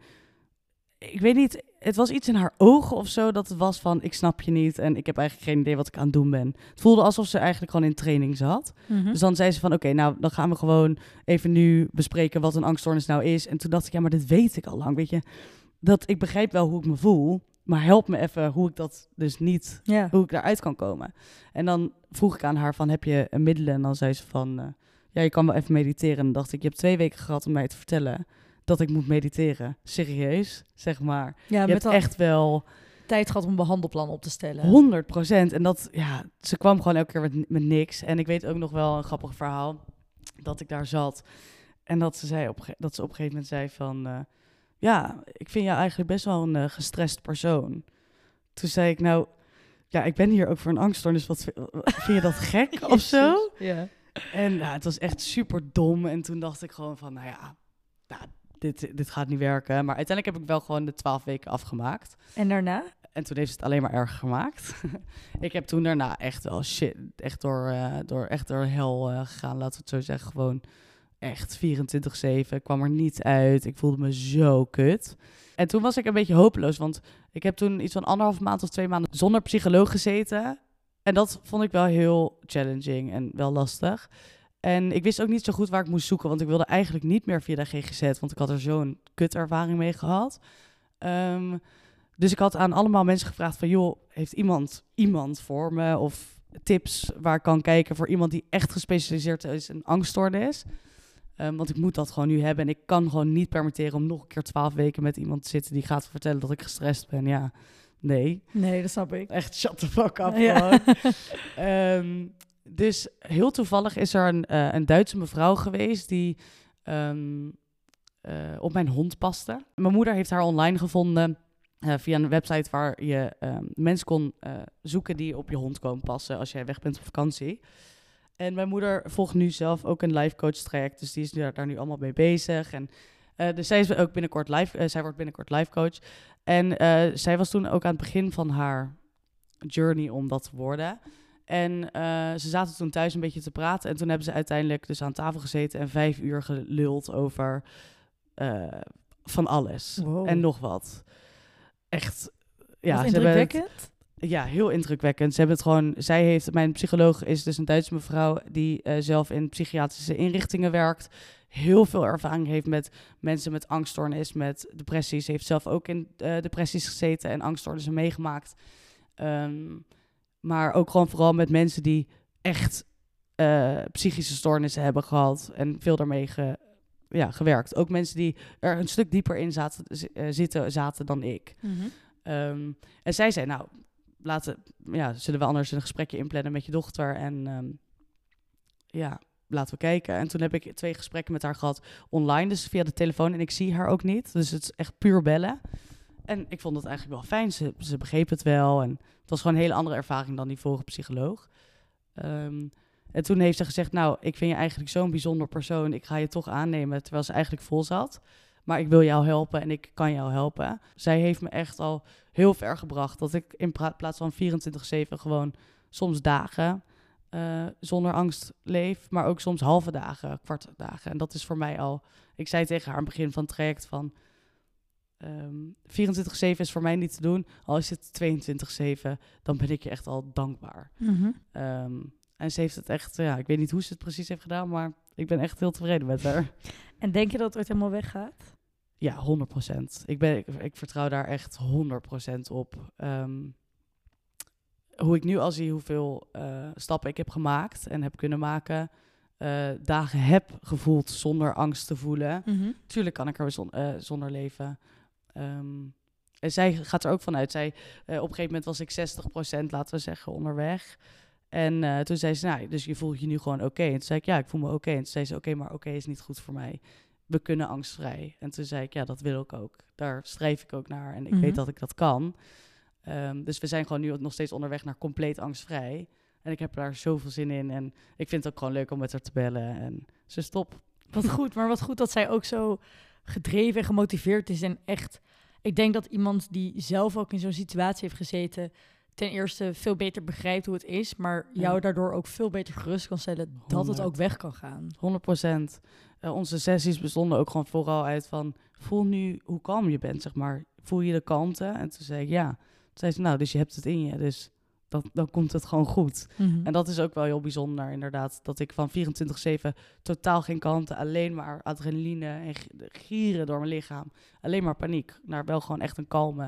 ik weet niet, het was iets in haar ogen of zo dat het was van, ik snap je niet en ik heb eigenlijk geen idee wat ik aan het doen ben. Het voelde alsof ze eigenlijk gewoon in training zat. Mm-hmm. Dus dan zei ze van, oké, okay, nou, dan gaan we gewoon even nu bespreken wat een angststoornis nou is. En toen dacht ik, ja, maar dit weet ik al lang, weet je. Dat ik begrijp wel hoe ik me voel, maar help me even hoe ik dat dus niet, yeah. hoe ik daaruit kan komen. En dan vroeg ik aan haar van, heb je een middelen? En dan zei ze van, uh, ja, je kan wel even mediteren. En dan dacht ik, je hebt twee weken gehad om mij te vertellen dat ik moet mediteren. Serieus, zeg maar. Ja, je met hebt echt wel tijd gehad om een behandelplan op te stellen. honderd procent. En dat, ja, ze kwam gewoon elke keer met, met niks. En ik weet ook nog wel een grappig verhaal dat ik daar zat. En dat ze, zei op, dat ze op een gegeven moment zei van, uh, ja, ik vind jou eigenlijk best wel een uh, gestrest persoon. Toen zei ik, nou, ja, ik ben hier ook voor een angststoornis. Wat vind je dat gek of zo? Ja. En ja, het was echt super dom. En toen dacht ik gewoon van, nou ja, nou, Dit, dit gaat niet werken. Maar uiteindelijk heb ik wel gewoon de twaalf weken afgemaakt. En daarna? En toen heeft het alleen maar erger gemaakt. Ik heb toen daarna echt wel shit, echt door, uh, door, echt door hel uh, gegaan, laten we het zo zeggen. Gewoon echt vierentwintig zeven. Ik kwam er niet uit. Ik voelde me zo kut. En toen was ik een beetje hopeloos, want ik heb toen iets van anderhalf maand of twee maanden zonder psycholoog gezeten. En dat vond ik wel heel challenging en wel lastig. En ik wist ook niet zo goed waar ik moest zoeken, want ik wilde eigenlijk niet meer via de G G Z, want ik had er zo'n kutervaring mee gehad. Um, dus ik had aan allemaal mensen gevraagd van, joh, heeft iemand iemand voor me of tips waar ik kan kijken voor iemand die echt gespecialiseerd is in angststoornis? Um, want ik moet dat gewoon nu hebben en ik kan gewoon niet permitteren om nog een keer twaalf weken met iemand te zitten die gaat vertellen dat ik gestrest ben. Ja, nee. Nee, dat snap ik. Echt shut the fuck up. Ja. um, Dus heel toevallig is er een, uh, een Duitse mevrouw geweest die um, uh, op mijn hond paste. Mijn moeder heeft haar online gevonden uh, via een website waar je um, mensen kon uh, zoeken die op je hond komen passen als jij weg bent op vakantie. En mijn moeder volgt nu zelf ook een life coach traject, dus die is daar, daar nu allemaal mee bezig. En uh, dus zij is ook binnenkort life, uh, zij wordt binnenkort life coach. En uh, zij was toen ook aan het begin van haar journey om dat te worden. En uh, ze zaten toen thuis een beetje te praten. En toen hebben ze uiteindelijk dus aan tafel gezeten en vijf uur geluld over uh, van alles. Wow. En nog wat. Echt, ja. Wat indrukwekkend? Het, ja, heel indrukwekkend. Ze hebben het gewoon, zij heeft, mijn psycholoog is dus een Duitse mevrouw die uh, zelf in psychiatrische inrichtingen werkt. Heel veel ervaring heeft met mensen met angststoornis, met depressies. Ze heeft zelf ook in uh, depressies gezeten en angststoornissen meegemaakt. Um, Maar ook gewoon vooral met mensen die echt uh, psychische stoornissen hebben gehad en veel daarmee ge, ja, gewerkt. Ook mensen die er een stuk dieper in zaten, uh, zitten, zaten dan ik. Mm-hmm. Um, en zij zei, nou, laten, ja, zullen we anders een gesprekje inplannen met je dochter en um, ja, laten we kijken. En toen heb ik twee gesprekken met haar gehad online, dus via de telefoon. En ik zie haar ook niet, dus het is echt puur bellen. En ik vond het eigenlijk wel fijn. Ze, ze begreep het wel. En het was gewoon een hele andere ervaring dan die vorige psycholoog. Um, En toen heeft ze gezegd, nou, ik vind je eigenlijk zo'n bijzonder persoon. Ik ga je toch aannemen, terwijl ze eigenlijk vol zat. Maar ik wil jou helpen en ik kan jou helpen. Zij heeft me echt al heel ver gebracht. Dat ik in plaats van vierentwintig zeven gewoon soms dagen uh, zonder angst leef. Maar ook soms halve dagen, kwarte dagen. En dat is voor mij al... Ik zei tegen haar aan het begin van het traject van... Um, vierentwintig zeven is voor mij niet te doen. Al is het tweeëntwintig zeven, dan ben ik je echt al dankbaar. Mm-hmm. Um, en ze heeft het echt... Ja, ik weet niet hoe ze het precies heeft gedaan, maar ik ben echt heel tevreden met haar. En denk je dat het ooit helemaal weggaat? Ja, honderd procent. Ik, ben, ik, ik vertrouw daar echt honderd procent op. Um, hoe ik nu al zie hoeveel uh, stappen ik heb gemaakt en heb kunnen maken... Uh, dagen heb gevoeld zonder angst te voelen. Mm-hmm. Tuurlijk kan ik er zon, uh, zonder leven. Um, en zij gaat er ook vanuit. Zij, uh, op een gegeven moment was ik zestig procent, laten we zeggen, onderweg. En uh, toen zei ze, nou, dus je voelt je nu gewoon oké. Okay. En toen zei ik, ja, ik voel me oké. Okay. En toen zei ze, oké, okay, maar oké okay is niet goed voor mij. We kunnen angstvrij. En toen zei ik, ja, dat wil ik ook. Daar streef ik ook naar. En ik mm-hmm. weet dat ik dat kan. Um, dus we zijn gewoon nu nog steeds onderweg naar compleet angstvrij. En ik heb daar zoveel zin in. En ik vind het ook gewoon leuk om met haar te bellen. En ze is top. Wat goed, maar wat goed dat zij ook zo gedreven en gemotiveerd is. En echt, ik denk dat iemand die zelf ook in zo'n situatie heeft gezeten... ten eerste veel beter begrijpt hoe het is... maar jou ja. daardoor ook veel beter gerust kan stellen... dat honderd het ook weg kan gaan. honderd procent. Uh, onze sessies bestonden ook gewoon vooral uit van... voel nu hoe kalm je bent, zeg maar. Voel je de kalmte? En toen zei ik ja. Toen zei ze, nou, dus je hebt het in je, dus... Dat, dan komt het gewoon goed. Mm-hmm. En dat is ook wel heel bijzonder, inderdaad. Dat ik van vierentwintig zeven totaal geen kalmte, alleen maar adrenaline en gieren door mijn lichaam. Alleen maar paniek. Naar wel gewoon echt een kalme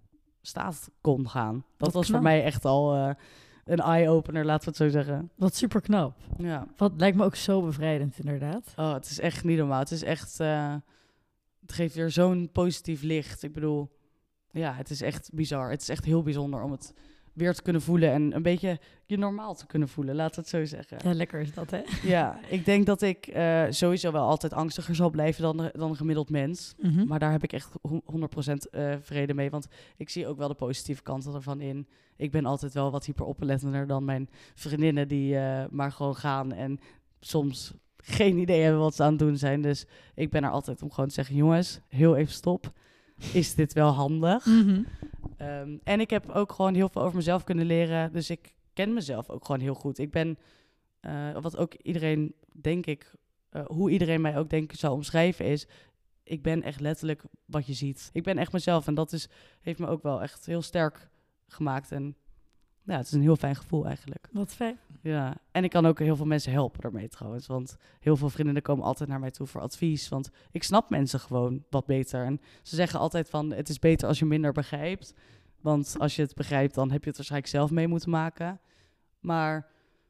staat kon gaan. Dat, dat was knap. Voor mij echt al uh, een eye-opener, laten we het zo zeggen. Wat super knap. Ja. Wat lijkt me ook zo bevrijdend, inderdaad. Oh, het is echt niet normaal. Het is echt... Uh, het geeft weer zo'n positief licht. Ik bedoel, ja, het is echt bizar. Het is echt heel bijzonder om het... weer te kunnen voelen en een beetje je normaal te kunnen voelen, laten we het zo zeggen. Ja, lekker is dat, hè? Ja, ik denk dat ik uh, sowieso wel altijd angstiger zal blijven dan, dan een gemiddeld mens. Mm-hmm. Maar daar heb ik echt honderd procent uh, vrede mee, want ik zie ook wel de positieve kanten ervan in. Ik ben altijd wel wat hyperoplettender dan mijn vriendinnen die uh, maar gewoon gaan en soms geen idee hebben wat ze aan het doen zijn. Dus ik ben er altijd om gewoon te zeggen, jongens, heel even stop. Is dit wel handig? Mm-hmm. Um, en ik heb ook gewoon heel veel over mezelf kunnen leren. Dus ik ken mezelf ook gewoon heel goed. Ik ben, uh, wat ook iedereen, denk ik, uh, hoe iedereen mij ook denk ik zou omschrijven is... ik ben echt letterlijk wat je ziet. Ik ben echt mezelf en dat is, heeft me ook wel echt heel sterk gemaakt. En ja, het is een heel fijn gevoel eigenlijk. Wat fijn. Ja, en ik kan ook heel veel mensen helpen daarmee trouwens. Want heel veel vriendinnen komen altijd naar mij toe voor advies. Want ik snap mensen gewoon wat beter. En ze zeggen altijd van, het is beter als je minder begrijpt. Want als je het begrijpt, dan heb je het waarschijnlijk zelf mee moeten maken. Maar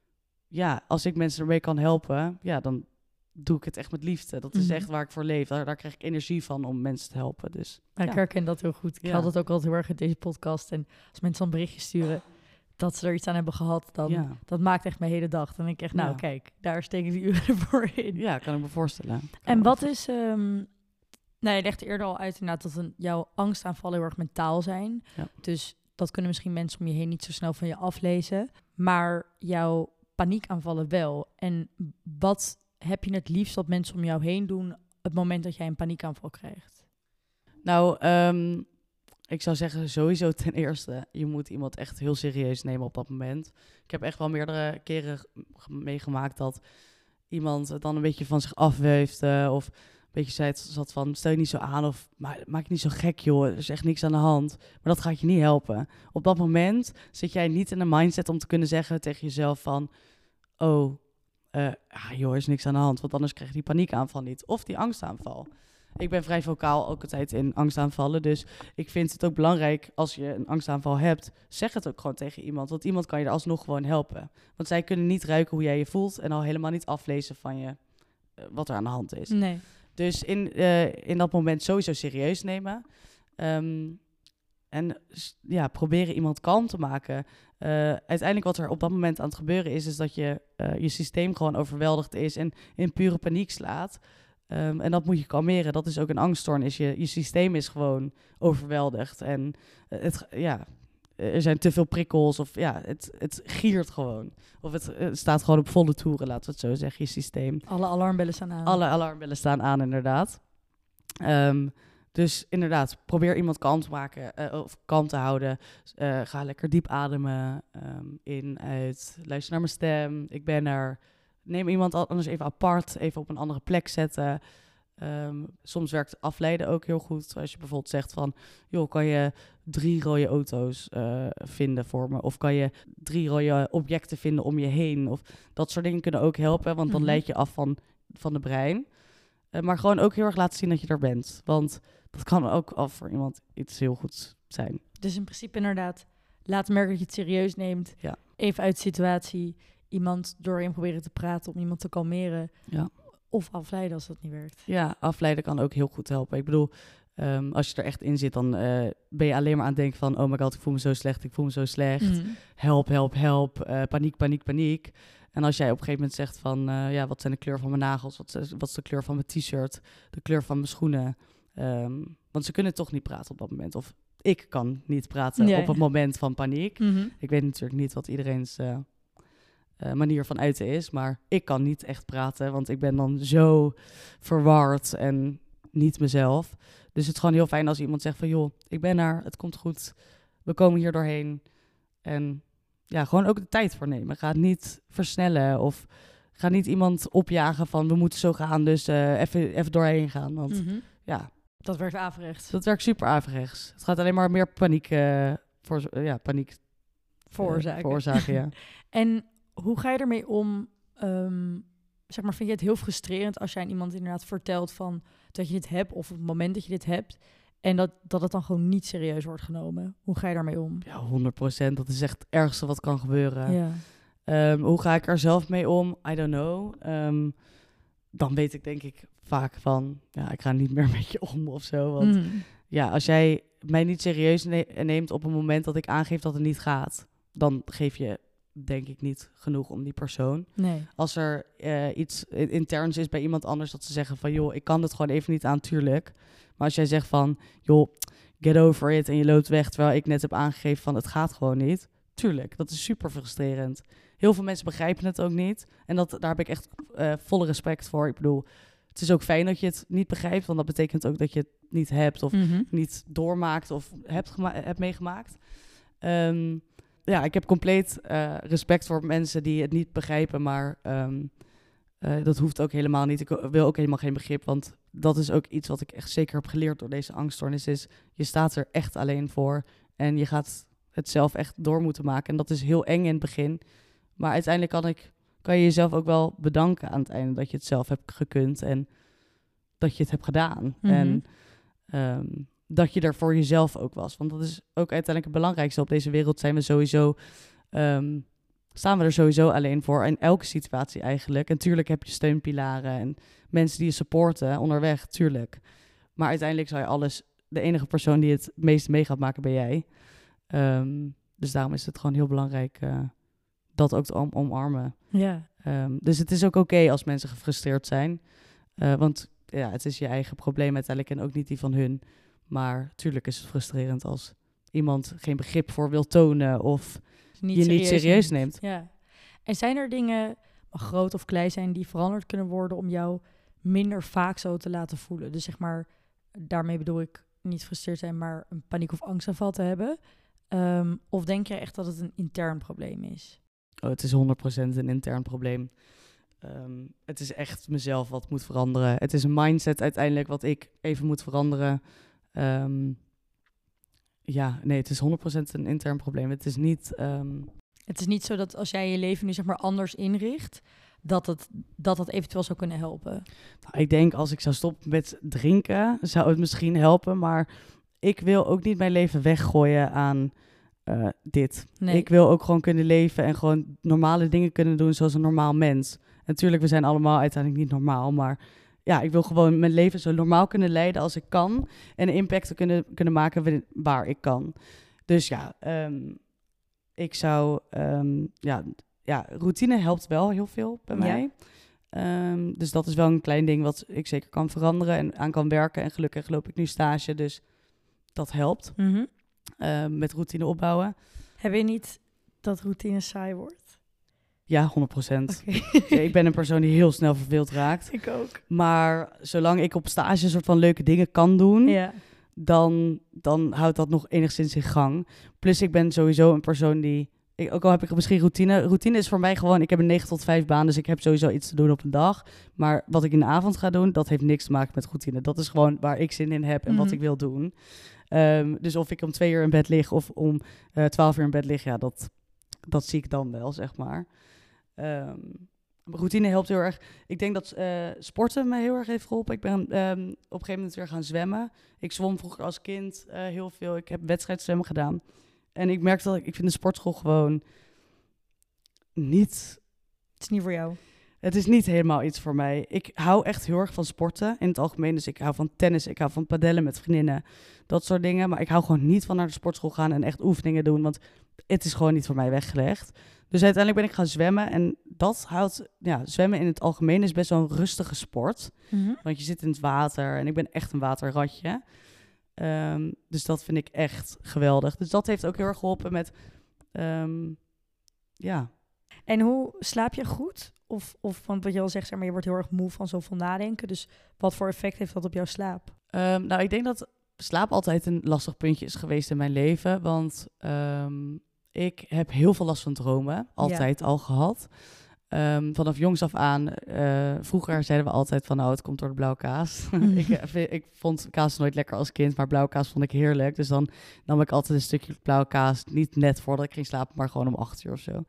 ja, als ik mensen ermee kan helpen, ja, dan doe ik het echt met liefde. Dat is mm-hmm. echt waar ik voor leef. Daar, daar krijg ik energie van om mensen te helpen. Dus, ja, ja. Ik herken dat heel goed. Ik ja. haal dat ook altijd heel erg in deze podcast. En als mensen dan berichtjes sturen dat ze er iets aan hebben gehad, dan ja. dat maakt echt mijn hele dag. Dan denk ik echt, nou ja. kijk, daar steken die uren voor in. Ja, kan ik me voorstellen. Kan en me wat voorstellen. is... Um, nou, je legde eerder al uit inderdaad dat een, jouw angstaanvallen heel erg mentaal zijn. Ja. Dus dat kunnen misschien mensen om je heen niet zo snel van je aflezen. Maar jouw paniekaanvallen wel. En wat heb je het liefst dat mensen om jou heen doen op het moment dat jij een paniekaanval krijgt? Nou, um, ik zou zeggen sowieso ten eerste, je moet iemand echt heel serieus nemen op dat moment. Ik heb echt wel meerdere keren meegemaakt dat iemand het dan een beetje van zich afweefde of een beetje zei het zat van, stel je niet zo aan of maak je niet zo gek joh, er is echt niks aan de hand. Maar dat gaat je niet helpen. Op dat moment zit jij niet in een mindset om te kunnen zeggen tegen jezelf van, oh, uh, ah, joh, er is niks aan de hand. Want anders krijg je die paniekaanval niet. Of die angstaanval. Ik ben vrij vocaal ook altijd in angstaanvallen. Dus ik vind het ook belangrijk als je een angstaanval hebt, zeg het ook gewoon tegen iemand. Want iemand kan je er alsnog gewoon helpen. Want zij kunnen niet ruiken hoe jij je voelt en al helemaal niet aflezen van je uh, wat er aan de hand is. Nee. Dus in, uh, in dat moment sowieso serieus nemen. Um, en ja, proberen iemand kalm te maken. Uh, uiteindelijk wat er op dat moment aan het gebeuren is, is dat je, uh, je systeem gewoon overweldigd is en in pure paniek slaat. Um, en dat moet je kalmeren. Dat is ook een angststoornis. Je, je systeem is gewoon overweldigd. En uh, het, ja, er zijn te veel prikkels of ja, het, het giert gewoon. Of het, het staat gewoon op volle toeren, laten we het zo zeggen, je systeem. Alle alarmbellen staan aan. Alle alarmbellen staan aan, inderdaad. Um, dus inderdaad, probeer iemand kalm te maken uh, of kalm te houden. Uh, ga lekker diep ademen, um, in, uit, luister naar mijn stem, ik ben er. Neem iemand anders even apart, even op een andere plek zetten. Um, soms werkt afleiden ook heel goed. Als je bijvoorbeeld zegt van, joh, kan je drie rode auto's uh, vinden voor me? Of kan je drie rode objecten vinden om je heen? Of dat soort dingen kunnen ook helpen, want dan mm-hmm. leid je af van, van de brein. Uh, maar gewoon ook heel erg laten zien dat je er bent. Want dat kan ook al voor iemand iets heel goeds zijn. Dus in principe inderdaad, laten merken dat je het serieus neemt. Ja. Even uit de situatie, iemand doorheen proberen te praten om iemand te kalmeren. Ja. Of afleiden als dat niet werkt. Ja, afleiden kan ook heel goed helpen. Ik bedoel, um, als je er echt in zit, dan uh, ben je alleen maar aan het denken van, oh my god, ik voel me zo slecht, ik voel me zo slecht. Mm. Help, help, help. Uh, paniek, paniek, paniek. En als jij op een gegeven moment zegt van, uh, ja, wat zijn de kleur van mijn nagels? Wat, wat is de kleur van mijn t-shirt? De kleur van mijn schoenen? Um, want ze kunnen toch niet praten op dat moment. Of ik kan niet praten ja, op het ja. moment van paniek. Mm-hmm. Ik weet natuurlijk niet wat iedereen's uh, uh, manier van uiten is. Maar ik kan niet echt praten, want ik ben dan zo verward en niet mezelf. Dus het is gewoon heel fijn als iemand zegt van, joh, ik ben er, het komt goed. We komen hier doorheen. En ja, gewoon ook de tijd voor nemen. Ga het niet versnellen of ga niet iemand opjagen van, we moeten zo gaan, dus uh, even, even doorheen gaan. Want mm-hmm. ja... Dat werkt averechts. Dat werkt super averechts. Het gaat alleen maar meer paniek, uh, voor, uh, ja, paniek veroorzaken. Uh, veroorzaken ja. En hoe ga je ermee om? Um, zeg maar, vind je het heel frustrerend als jij aan iemand inderdaad vertelt van dat je dit hebt of op het moment dat je dit hebt en dat, dat het dan gewoon niet serieus wordt genomen? Hoe ga je daarmee om? Ja, honderd procent. Dat is echt het ergste wat kan gebeuren. Ja. Um, hoe ga ik er zelf mee om? I don't know. Um, dan weet ik denk ik vaak van, ja, ik ga niet meer met je om of zo. Want mm. ja, als jij mij niet serieus ne- neemt op een moment dat ik aangeef dat het niet gaat, dan geef je denk ik niet genoeg om die persoon. Nee. Als er uh, iets interns is bij iemand anders dat ze zeggen van, joh, ik kan het gewoon even niet aan, tuurlijk. Maar als jij zegt van, joh, get over it en je loopt weg, terwijl ik net heb aangegeven van, het gaat gewoon niet. Tuurlijk, dat is super frustrerend. Heel veel mensen begrijpen het ook niet. En dat, daar heb ik echt uh, volle respect voor. Ik bedoel, het is ook fijn dat je het niet begrijpt, want dat betekent ook dat je het niet hebt of mm-hmm. niet doormaakt of hebt, gema- hebt meegemaakt. Um, ja, ik heb compleet uh, respect voor mensen die het niet begrijpen, maar um, uh, dat hoeft ook helemaal niet. Ik wil ook helemaal geen begrip, want dat is ook iets wat ik echt zeker heb geleerd door deze angststoornis, is je staat er echt alleen voor en je gaat het zelf echt door moeten maken. En dat is heel eng in het begin, maar uiteindelijk kan ik... kan je jezelf ook wel bedanken aan het einde dat je het zelf hebt gekund en dat je het hebt gedaan. Mm-hmm. En um, dat je er voor jezelf ook was. Want dat is ook uiteindelijk het belangrijkste. Op deze wereld zijn we sowieso, um, staan we er sowieso alleen voor. In elke situatie eigenlijk. En tuurlijk heb je steunpilaren en mensen die je supporten onderweg, tuurlijk. Maar uiteindelijk zou je alles, de enige persoon die het meest mee gaat maken ben jij. Um, dus daarom is het gewoon heel belangrijk... Uh, dat ook te om- omarmen. Ja. Um, dus het is ook oké okay als mensen gefrustreerd zijn. Uh, want ja, het is je eigen probleem uiteindelijk en ook niet die van hun. Maar tuurlijk is het frustrerend als iemand geen begrip voor wil tonen of niet je serieus niet serieus neemt. neemt. Ja. En zijn er dingen, groot of klein zijn, die veranderd kunnen worden om jou minder vaak zo te laten voelen? Dus zeg maar, daarmee bedoel ik niet gefrustreerd zijn, maar een paniek- of angstaanval te hebben. Um, of denk je echt dat het een intern probleem is? Oh, het is honderd procent een intern probleem. Um, het is echt mezelf wat moet veranderen. Het is een mindset uiteindelijk wat ik even moet veranderen. Um, ja, nee, het is honderd procent een intern probleem. Het is niet... Um... Het is niet zo dat als jij je leven nu zeg maar anders inricht, dat het, dat, dat eventueel zou kunnen helpen? Nou, ik denk als ik zou stoppen met drinken, zou het misschien helpen. Maar ik wil ook niet mijn leven weggooien aan... Uh, dit. Nee. Ik wil ook gewoon kunnen leven en gewoon normale dingen kunnen doen zoals een normaal mens. En natuurlijk, we zijn allemaal uiteindelijk niet normaal, maar ja, ik wil gewoon mijn leven zo normaal kunnen leiden als ik kan en een impact kunnen, kunnen maken waar ik kan. Dus ja, um, ik zou, um, ja, ja, routine helpt wel heel veel bij mij. Ja. Um, dus dat is wel een klein ding wat ik zeker kan veranderen en aan kan werken. En gelukkig loop ik nu stage, dus dat helpt. Mm-hmm. Uh, met routine opbouwen. Heb je niet dat routine saai wordt? Ja, honderd procent. Okay. Ja, ik ben een persoon die heel snel verveeld raakt. Ik ook. Maar zolang ik op stage een soort van leuke dingen kan doen... Ja. Dan, dan houdt dat nog enigszins in gang. Plus ik ben sowieso een persoon die... Ik, ook al heb ik misschien routine. Routine is voor mij gewoon... Ik heb een negen tot vijf baan, dus ik heb sowieso iets te doen op een dag. Maar wat ik in de avond ga doen, dat heeft niks te maken met routine. Dat is gewoon waar ik zin in heb en mm-hmm. wat ik wil doen. Um, dus of ik om twee uur in bed lig of om uh, twaalf uur in bed lig... Ja, dat, dat zie ik dan wel, zeg maar. Um, routine helpt heel erg. Ik denk dat uh, sporten me heel erg heeft geholpen. Ik ben um, op een gegeven moment weer gaan zwemmen. Ik zwom vroeger als kind uh, heel veel. Ik heb wedstrijdzwemmen gedaan. En ik merk dat ik, ik vind de sportschool gewoon niet... Het is niet voor jou. Het is niet helemaal iets voor mij. Ik hou echt heel erg van sporten in het algemeen. Dus ik hou van tennis, ik hou van padellen met vriendinnen. Dat soort dingen. Maar ik hou gewoon niet van naar de sportschool gaan en echt oefeningen doen. Want het is gewoon niet voor mij weggelegd. Dus uiteindelijk ben ik gaan zwemmen. En dat houdt... Ja, zwemmen in het algemeen is best wel een rustige sport. Mm-hmm. Want je zit in het water en ik ben echt een waterratje. Um, dus dat vind ik echt geweldig. Dus dat heeft ook heel erg geholpen met... Um, ja... En hoe slaap je goed? Of, of want wat je al zegt, zeg maar, je wordt heel erg moe van zoveel nadenken. Dus wat voor effect heeft dat op jouw slaap? Um, nou, ik denk dat slaap altijd een lastig puntje is geweest in mijn leven. Want um, ik heb heel veel last van dromen. Altijd ja. al gehad. Um, vanaf jongs af aan. Uh, vroeger zeiden we altijd van, nou, het komt door de blauwe kaas. ik, ik vond kaas nooit lekker als kind, maar blauwe kaas vond ik heerlijk. Dus dan nam ik altijd een stukje blauwe kaas. Niet net voordat ik ging slapen, maar gewoon om acht uur of zo.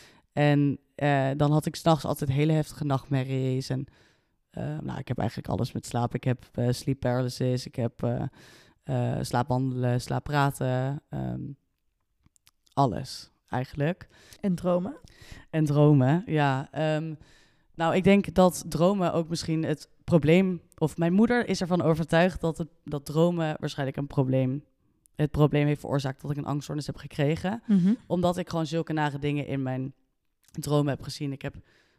En uh, dan had ik 's nachts altijd hele heftige nachtmerries. En uh, nou, ik heb eigenlijk alles met slaap. Ik heb uh, sleep paralysis, ik heb uh, uh, slaapwandelen, slaappraten. Um, alles, eigenlijk. En dromen? En dromen, ja. Um, nou, ik denk dat dromen ook misschien het probleem... Of mijn moeder is ervan overtuigd dat, het, dat dromen waarschijnlijk een probleem... Het probleem heeft veroorzaakt dat ik een angststoornis heb gekregen. Mm-hmm. Omdat ik gewoon zulke nare dingen in mijn... dromen heb gezien. Ik, heb,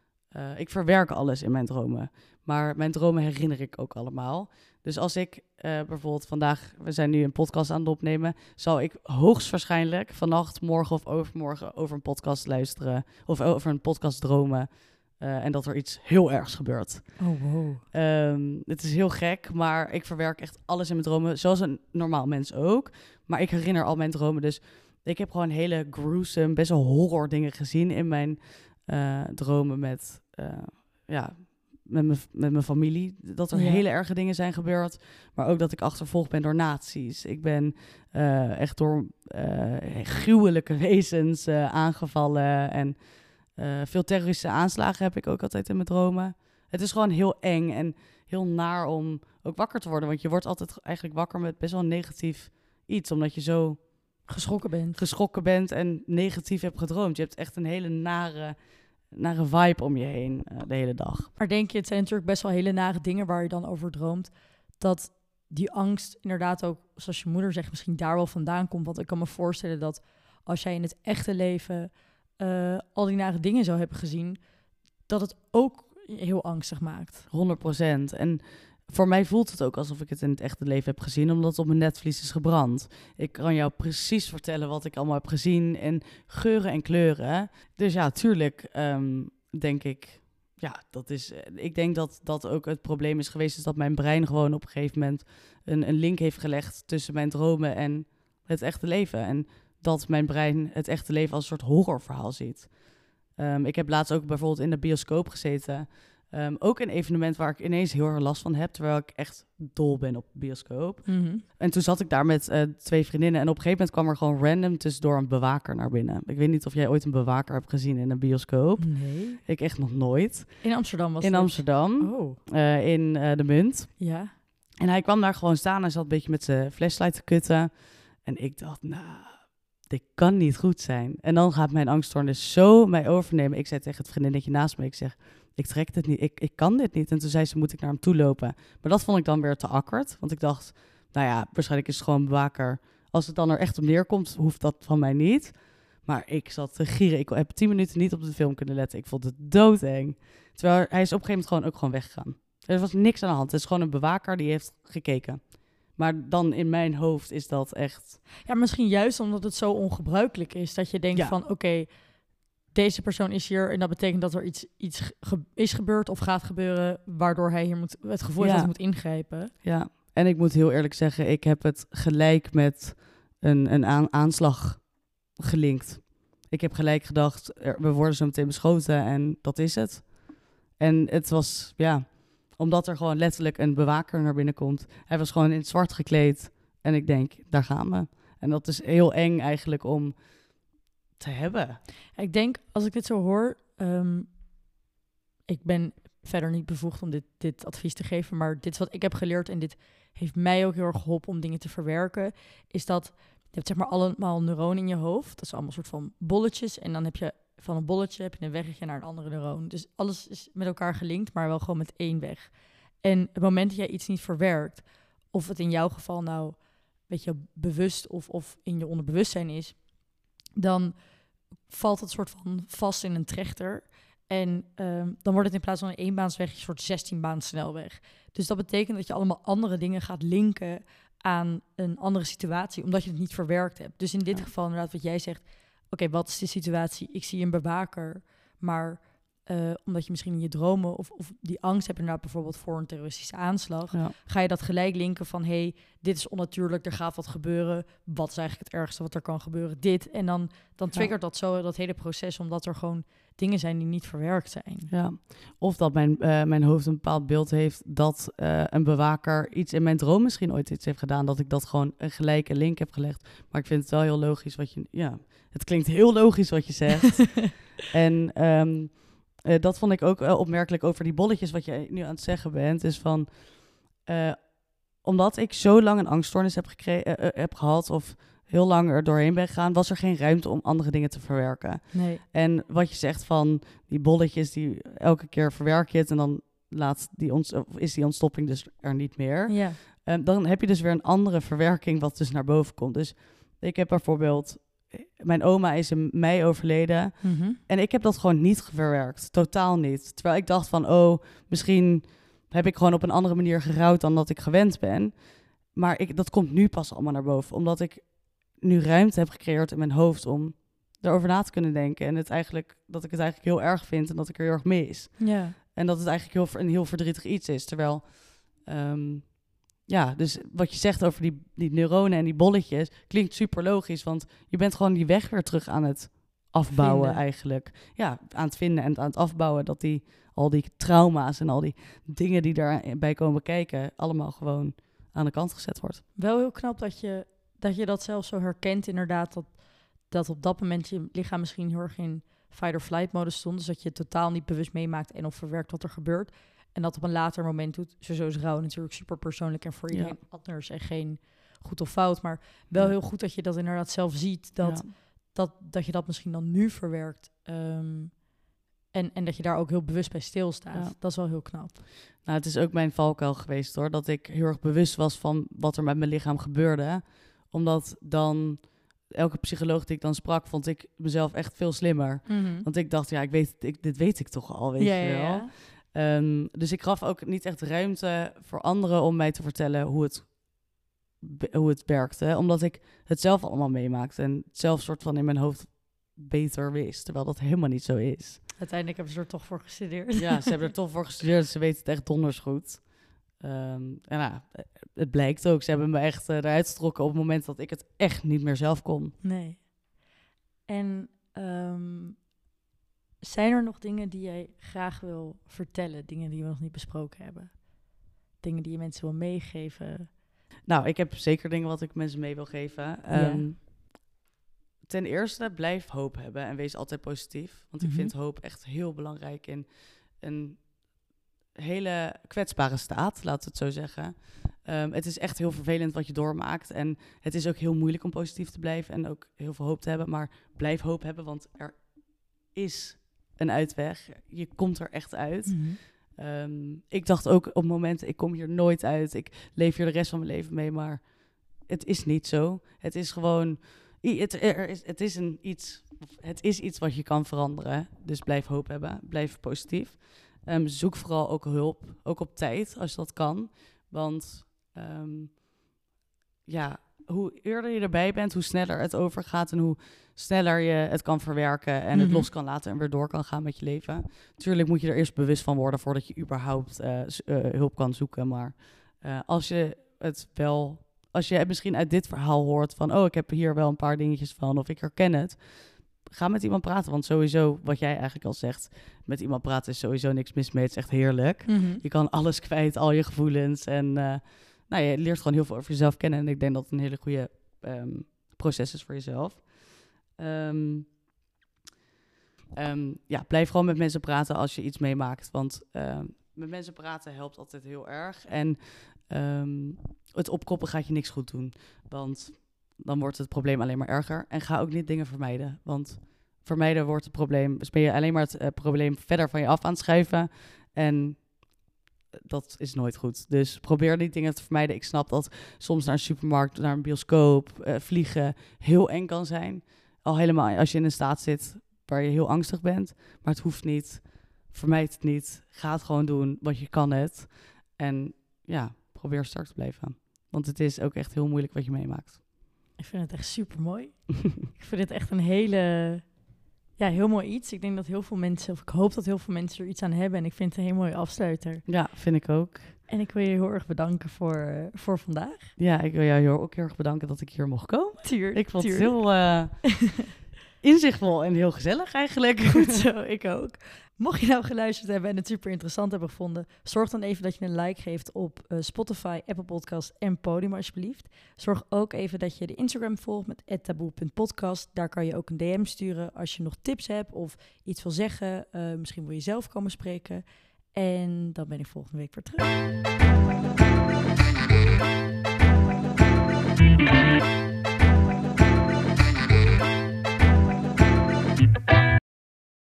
uh, ik verwerk alles in mijn dromen. Maar mijn dromen herinner ik ook allemaal. Dus als ik uh, bijvoorbeeld vandaag... We zijn nu een podcast aan het opnemen. Zal ik hoogstwaarschijnlijk vannacht, morgen of overmorgen... over een podcast luisteren. Of over een podcast dromen. Uh, en dat er iets heel ergs gebeurt. Oh, wow. Um, het is heel gek, maar ik verwerk echt alles in mijn dromen. Zoals een normaal mens ook. Maar ik herinner al mijn dromen. Dus... Ik heb gewoon hele gruesome, best wel horror dingen gezien in mijn uh, dromen met, uh, ja, met, me, met mijn familie. Dat er ja. hele erge dingen zijn gebeurd. Maar ook dat ik achtervolgd ben door nazi's. Ik ben uh, echt door uh, gruwelijke wezens uh, aangevallen. En uh, veel terroristische aanslagen heb ik ook altijd in mijn dromen. Het is gewoon heel eng en heel naar om ook wakker te worden. Want je wordt altijd eigenlijk wakker met best wel een negatief iets. Omdat je zo... Geschrokken bent. Geschrokken bent en negatief hebt gedroomd. Je hebt echt een hele nare, nare vibe om je heen uh, de hele dag. Maar denk je, het zijn natuurlijk best wel hele nare dingen waar je dan over droomt, dat die angst inderdaad ook, zoals je moeder zegt, misschien daar wel vandaan komt. Want ik kan me voorstellen dat als jij in het echte leven uh, al die nare dingen zou hebben gezien, dat het ook heel angstig maakt. honderd procent. En voor mij voelt het ook alsof ik het in het echte leven heb gezien, omdat het op mijn netvlies is gebrand. Ik kan jou precies vertellen wat ik allemaal heb gezien en geuren en kleuren. Dus ja, tuurlijk um, denk ik, ja, dat is. Ik denk dat dat ook het probleem is geweest, is dat mijn brein gewoon op een gegeven moment een, een link heeft gelegd tussen mijn dromen en het echte leven. En dat mijn brein het echte leven als een soort horrorverhaal ziet. Um, ik heb laatst ook bijvoorbeeld in de bioscoop gezeten. Um, ook een evenement waar ik ineens heel erg last van heb, terwijl ik echt dol ben op bioscoop. Mm-hmm. En toen zat ik daar met uh, twee vriendinnen en op een gegeven moment kwam er gewoon random tussendoor een bewaker naar binnen. Ik weet niet of jij ooit een bewaker hebt gezien in een bioscoop. Nee. Ik echt nog nooit. In Amsterdam was In het? Amsterdam, oh. uh, in uh, de Munt. Ja. En hij kwam daar gewoon staan en zat een beetje met zijn flashlight te kutten. En ik dacht, nou, dit kan niet goed zijn. En dan gaat mijn angststoornis zo mij overnemen. Ik zei tegen het vriendinnetje naast me, ik zeg, ik trek dit niet, ik, ik kan dit niet. En toen zei ze, moet ik naar hem toe lopen? Maar dat vond ik dan weer te awkward. Want ik dacht, nou ja, waarschijnlijk is het gewoon een bewaker. Als het dan er echt op neerkomt, hoeft dat van mij niet. Maar ik zat te gieren. Ik heb tien minuten niet op de film kunnen letten. Ik vond het doodeng. Terwijl hij is op een gegeven moment gewoon ook gewoon weggegaan. Er was niks aan de hand. Het is gewoon een bewaker die heeft gekeken. Maar dan in mijn hoofd is dat echt... Ja, misschien juist omdat het zo ongebruikelijk is. Dat je denkt Ja. van, oké, okay, deze persoon is hier. En dat betekent dat er iets, iets ge- is gebeurd of gaat gebeuren, waardoor hij hier moet, het gevoel heeft Ja. dat hij moet ingrijpen. Ja, en ik moet heel eerlijk zeggen, ik heb het gelijk met een, een aan, aanslag gelinkt. Ik heb gelijk gedacht, er, we worden zo meteen beschoten en dat is het. En het was, ja, omdat er gewoon letterlijk een bewaker naar binnen komt. Hij was gewoon in het zwart gekleed en ik denk, daar gaan we. En dat is heel eng eigenlijk om te hebben. Ik denk, als ik dit zo hoor, um, ik ben verder niet bevoegd om dit, dit advies te geven, maar dit is wat ik heb geleerd en dit heeft mij ook heel erg geholpen om dingen te verwerken, is dat je hebt zeg maar allemaal neuronen in je hoofd. Dat is allemaal een soort van bolletjes. En dan heb je van een bolletje heb je een weggetje naar een andere neuron. Dus alles is met elkaar gelinkt, maar wel gewoon met één weg. En het moment dat jij iets niet verwerkt, of het in jouw geval nou, weet je, bewust of, of in je onderbewustzijn is, dan valt het soort van vast in een trechter. En um, dan wordt het in plaats van een eenbaansweg een soort zestienbaans snelweg. Dus dat betekent dat je allemaal andere dingen gaat linken aan een andere situatie, omdat je het niet verwerkt hebt. Dus in dit ja. geval inderdaad wat jij zegt, oké, okay, wat is de situatie? Ik zie een bewaker, maar uh, omdat je misschien in je dromen of, of die angst hebt inderdaad bijvoorbeeld voor een terroristische aanslag, ja. ga je dat gelijk linken van, hé, hey, dit is onnatuurlijk, er gaat wat gebeuren. Wat is eigenlijk het ergste wat er kan gebeuren? Dit. En dan, dan triggert ja. dat zo dat hele proces, omdat er gewoon dingen zijn die niet verwerkt zijn. Ja, of dat mijn, uh, mijn hoofd een bepaald beeld heeft dat uh, een bewaker iets in mijn droom misschien ooit iets heeft gedaan, dat ik dat gewoon een gelijke link heb gelegd. Maar ik vind het wel heel logisch wat je... Ja, het klinkt heel logisch wat je zegt. en um, uh, dat vond ik ook uh, opmerkelijk over die bolletjes wat je nu aan het zeggen bent, is van... Uh, omdat ik zo lang een angststoornis heb, gecre- uh, uh, heb gehad of heel lang er doorheen ben gegaan, was er geen ruimte om andere dingen te verwerken. Nee. En wat je zegt van die bolletjes, die elke keer verwerk je het en dan laat die ons, is die ontstopping dus er niet meer. Ja. Um, dan heb je dus weer een andere verwerking wat dus naar boven komt. Dus ik heb bijvoorbeeld, mijn oma is in mei overleden Mm-hmm. en ik heb dat gewoon niet verwerkt. Totaal niet. Terwijl ik dacht van, oh, misschien heb ik gewoon op een andere manier gerouwd dan dat ik gewend ben. Maar ik, dat komt nu pas allemaal naar boven, omdat ik nu ruimte heb gecreëerd in mijn hoofd om erover na te kunnen denken. En het eigenlijk, dat ik het eigenlijk heel erg vind en dat ik er heel erg mis. Ja. En dat het eigenlijk heel, een heel verdrietig iets is. Terwijl, um, ja, dus wat je zegt over die, die neuronen en die bolletjes, klinkt super logisch. Want je bent gewoon die weg weer terug aan het afbouwen vinden. eigenlijk. Ja, aan het vinden en aan het afbouwen. Dat die, al die trauma's en al die dingen die daarbij komen kijken, allemaal gewoon aan de kant gezet wordt. Wel heel knap dat je dat je dat zelf zo herkent, inderdaad, dat, dat op dat moment je lichaam misschien heel erg in fight-or-flight-modus stond, dus dat je het totaal niet bewust meemaakt en of verwerkt wat er gebeurt. En dat op een later moment doet. Sowieso is rouw natuurlijk super persoonlijk en voor iedereen ja. anders en geen goed of fout, maar wel ja. heel goed dat je dat inderdaad zelf ziet, dat, ja. dat, dat je dat misschien dan nu verwerkt. Um, en, en dat je daar ook heel bewust bij stilstaat. Ja. Dat is wel heel knap. Nou, het is ook mijn valkuil geweest hoor, dat ik heel erg bewust was van wat er met mijn lichaam gebeurde. Omdat dan, elke psycholoog die ik dan sprak, vond ik mezelf echt veel slimmer. Mm-hmm. Want ik dacht, ja, ik weet, ik, dit weet ik toch al, weet ja, je wel. Ja, ja. Um, dus ik gaf ook niet echt ruimte voor anderen om mij te vertellen hoe het, hoe het werkte. Omdat ik het zelf allemaal meemaakte en het zelf soort van in mijn hoofd beter wist. Terwijl dat helemaal niet zo is. Uiteindelijk hebben ze er toch voor gestudeerd. Ja, ze hebben er toch voor gestudeerd. Ze weten het echt donders goed. Um, en nou, het blijkt ook. Ze hebben me echt uh, eruit getrokken op het moment dat ik het echt niet meer zelf kon. Nee. En um, zijn er nog dingen die jij graag wil vertellen? Dingen die we nog niet besproken hebben? Dingen die je mensen wil meegeven? Nou, ik heb zeker dingen wat ik mensen mee wil geven. Um, ja. Ten eerste, blijf hoop hebben en wees altijd positief. Want mm-hmm. ik vind hoop echt heel belangrijk in een hele kwetsbare staat, laten we het zo zeggen. Um, het is echt heel vervelend wat je doormaakt. En het is ook heel moeilijk om positief te blijven en ook heel veel hoop te hebben. Maar blijf hoop hebben, want er is een uitweg. Je komt er echt uit. Mm-hmm. Um, ik dacht ook op momenten, ik kom hier nooit uit. Ik leef hier de rest van mijn leven mee, maar het is niet zo. Het is gewoon... Het, er is, het, is een iets, het is iets wat je kan veranderen. Dus blijf hoop hebben. Blijf positief. Um, zoek vooral ook hulp. Ook op tijd, als dat kan. Want um, ja, hoe eerder je erbij bent, hoe sneller het overgaat en hoe sneller je het kan verwerken en mm-hmm. het los kan laten en weer door kan gaan met je leven. Tuurlijk moet je er eerst bewust van worden voordat je überhaupt uh, uh, hulp kan zoeken. Maar uh, als je het wel, als je misschien uit dit verhaal hoort van, oh, ik heb hier wel een paar dingetjes van of ik herken het. Ga met iemand praten, want sowieso, wat jij eigenlijk al zegt, met iemand praten is sowieso niks mis mee. Het is echt heerlijk. Mm-hmm. Je kan alles kwijt, al je gevoelens en uh, nou, je leert gewoon heel veel over jezelf kennen. En ik denk dat het een hele goede um, proces is voor jezelf. Um, um, ja, blijf gewoon met mensen praten als je iets meemaakt, want um, met mensen praten helpt altijd heel erg. En um, het opkroppen gaat je niks goed doen, want dan wordt het probleem alleen maar erger. En ga ook niet dingen vermijden. Want vermijden wordt het probleem. Dus ben je alleen maar het uh, probleem verder van je af aan het schuiven. En dat is nooit goed. Dus probeer die dingen te vermijden. Ik snap dat soms naar een supermarkt, naar een bioscoop, uh, vliegen heel eng kan zijn. Al helemaal als je in een staat zit waar je heel angstig bent. Maar het hoeft niet. Vermijd het niet. Ga het gewoon doen, want je kan het. En ja, probeer sterk te blijven. Want het is ook echt heel moeilijk wat je meemaakt. Ik vind het echt super mooi. Ik vind het echt een hele, ja, heel mooi iets. Ik denk dat heel veel mensen, of ik hoop dat heel veel mensen er iets aan hebben. En ik vind het een heel mooie afsluiter. Ja, vind ik ook. En ik wil je heel erg bedanken voor, uh, voor vandaag. Ja, ik wil jou heel, ook heel erg bedanken dat ik hier mocht komen. Tuurlijk. Ik vond tuurlijk. het heel uh, inzichtvol en heel gezellig eigenlijk. Goed zo, ik ook. Mocht je nou geluisterd hebben en het super interessant hebben gevonden, zorg dan even dat je een like geeft op uh, Spotify, Apple Podcasts en Podimo alsjeblieft. Zorg ook even dat je de Instagram volgt met at taboe punt podcast. Daar kan je ook een D M sturen als je nog tips hebt of iets wil zeggen. Uh, misschien wil je zelf komen spreken. En dan ben ik volgende week weer terug.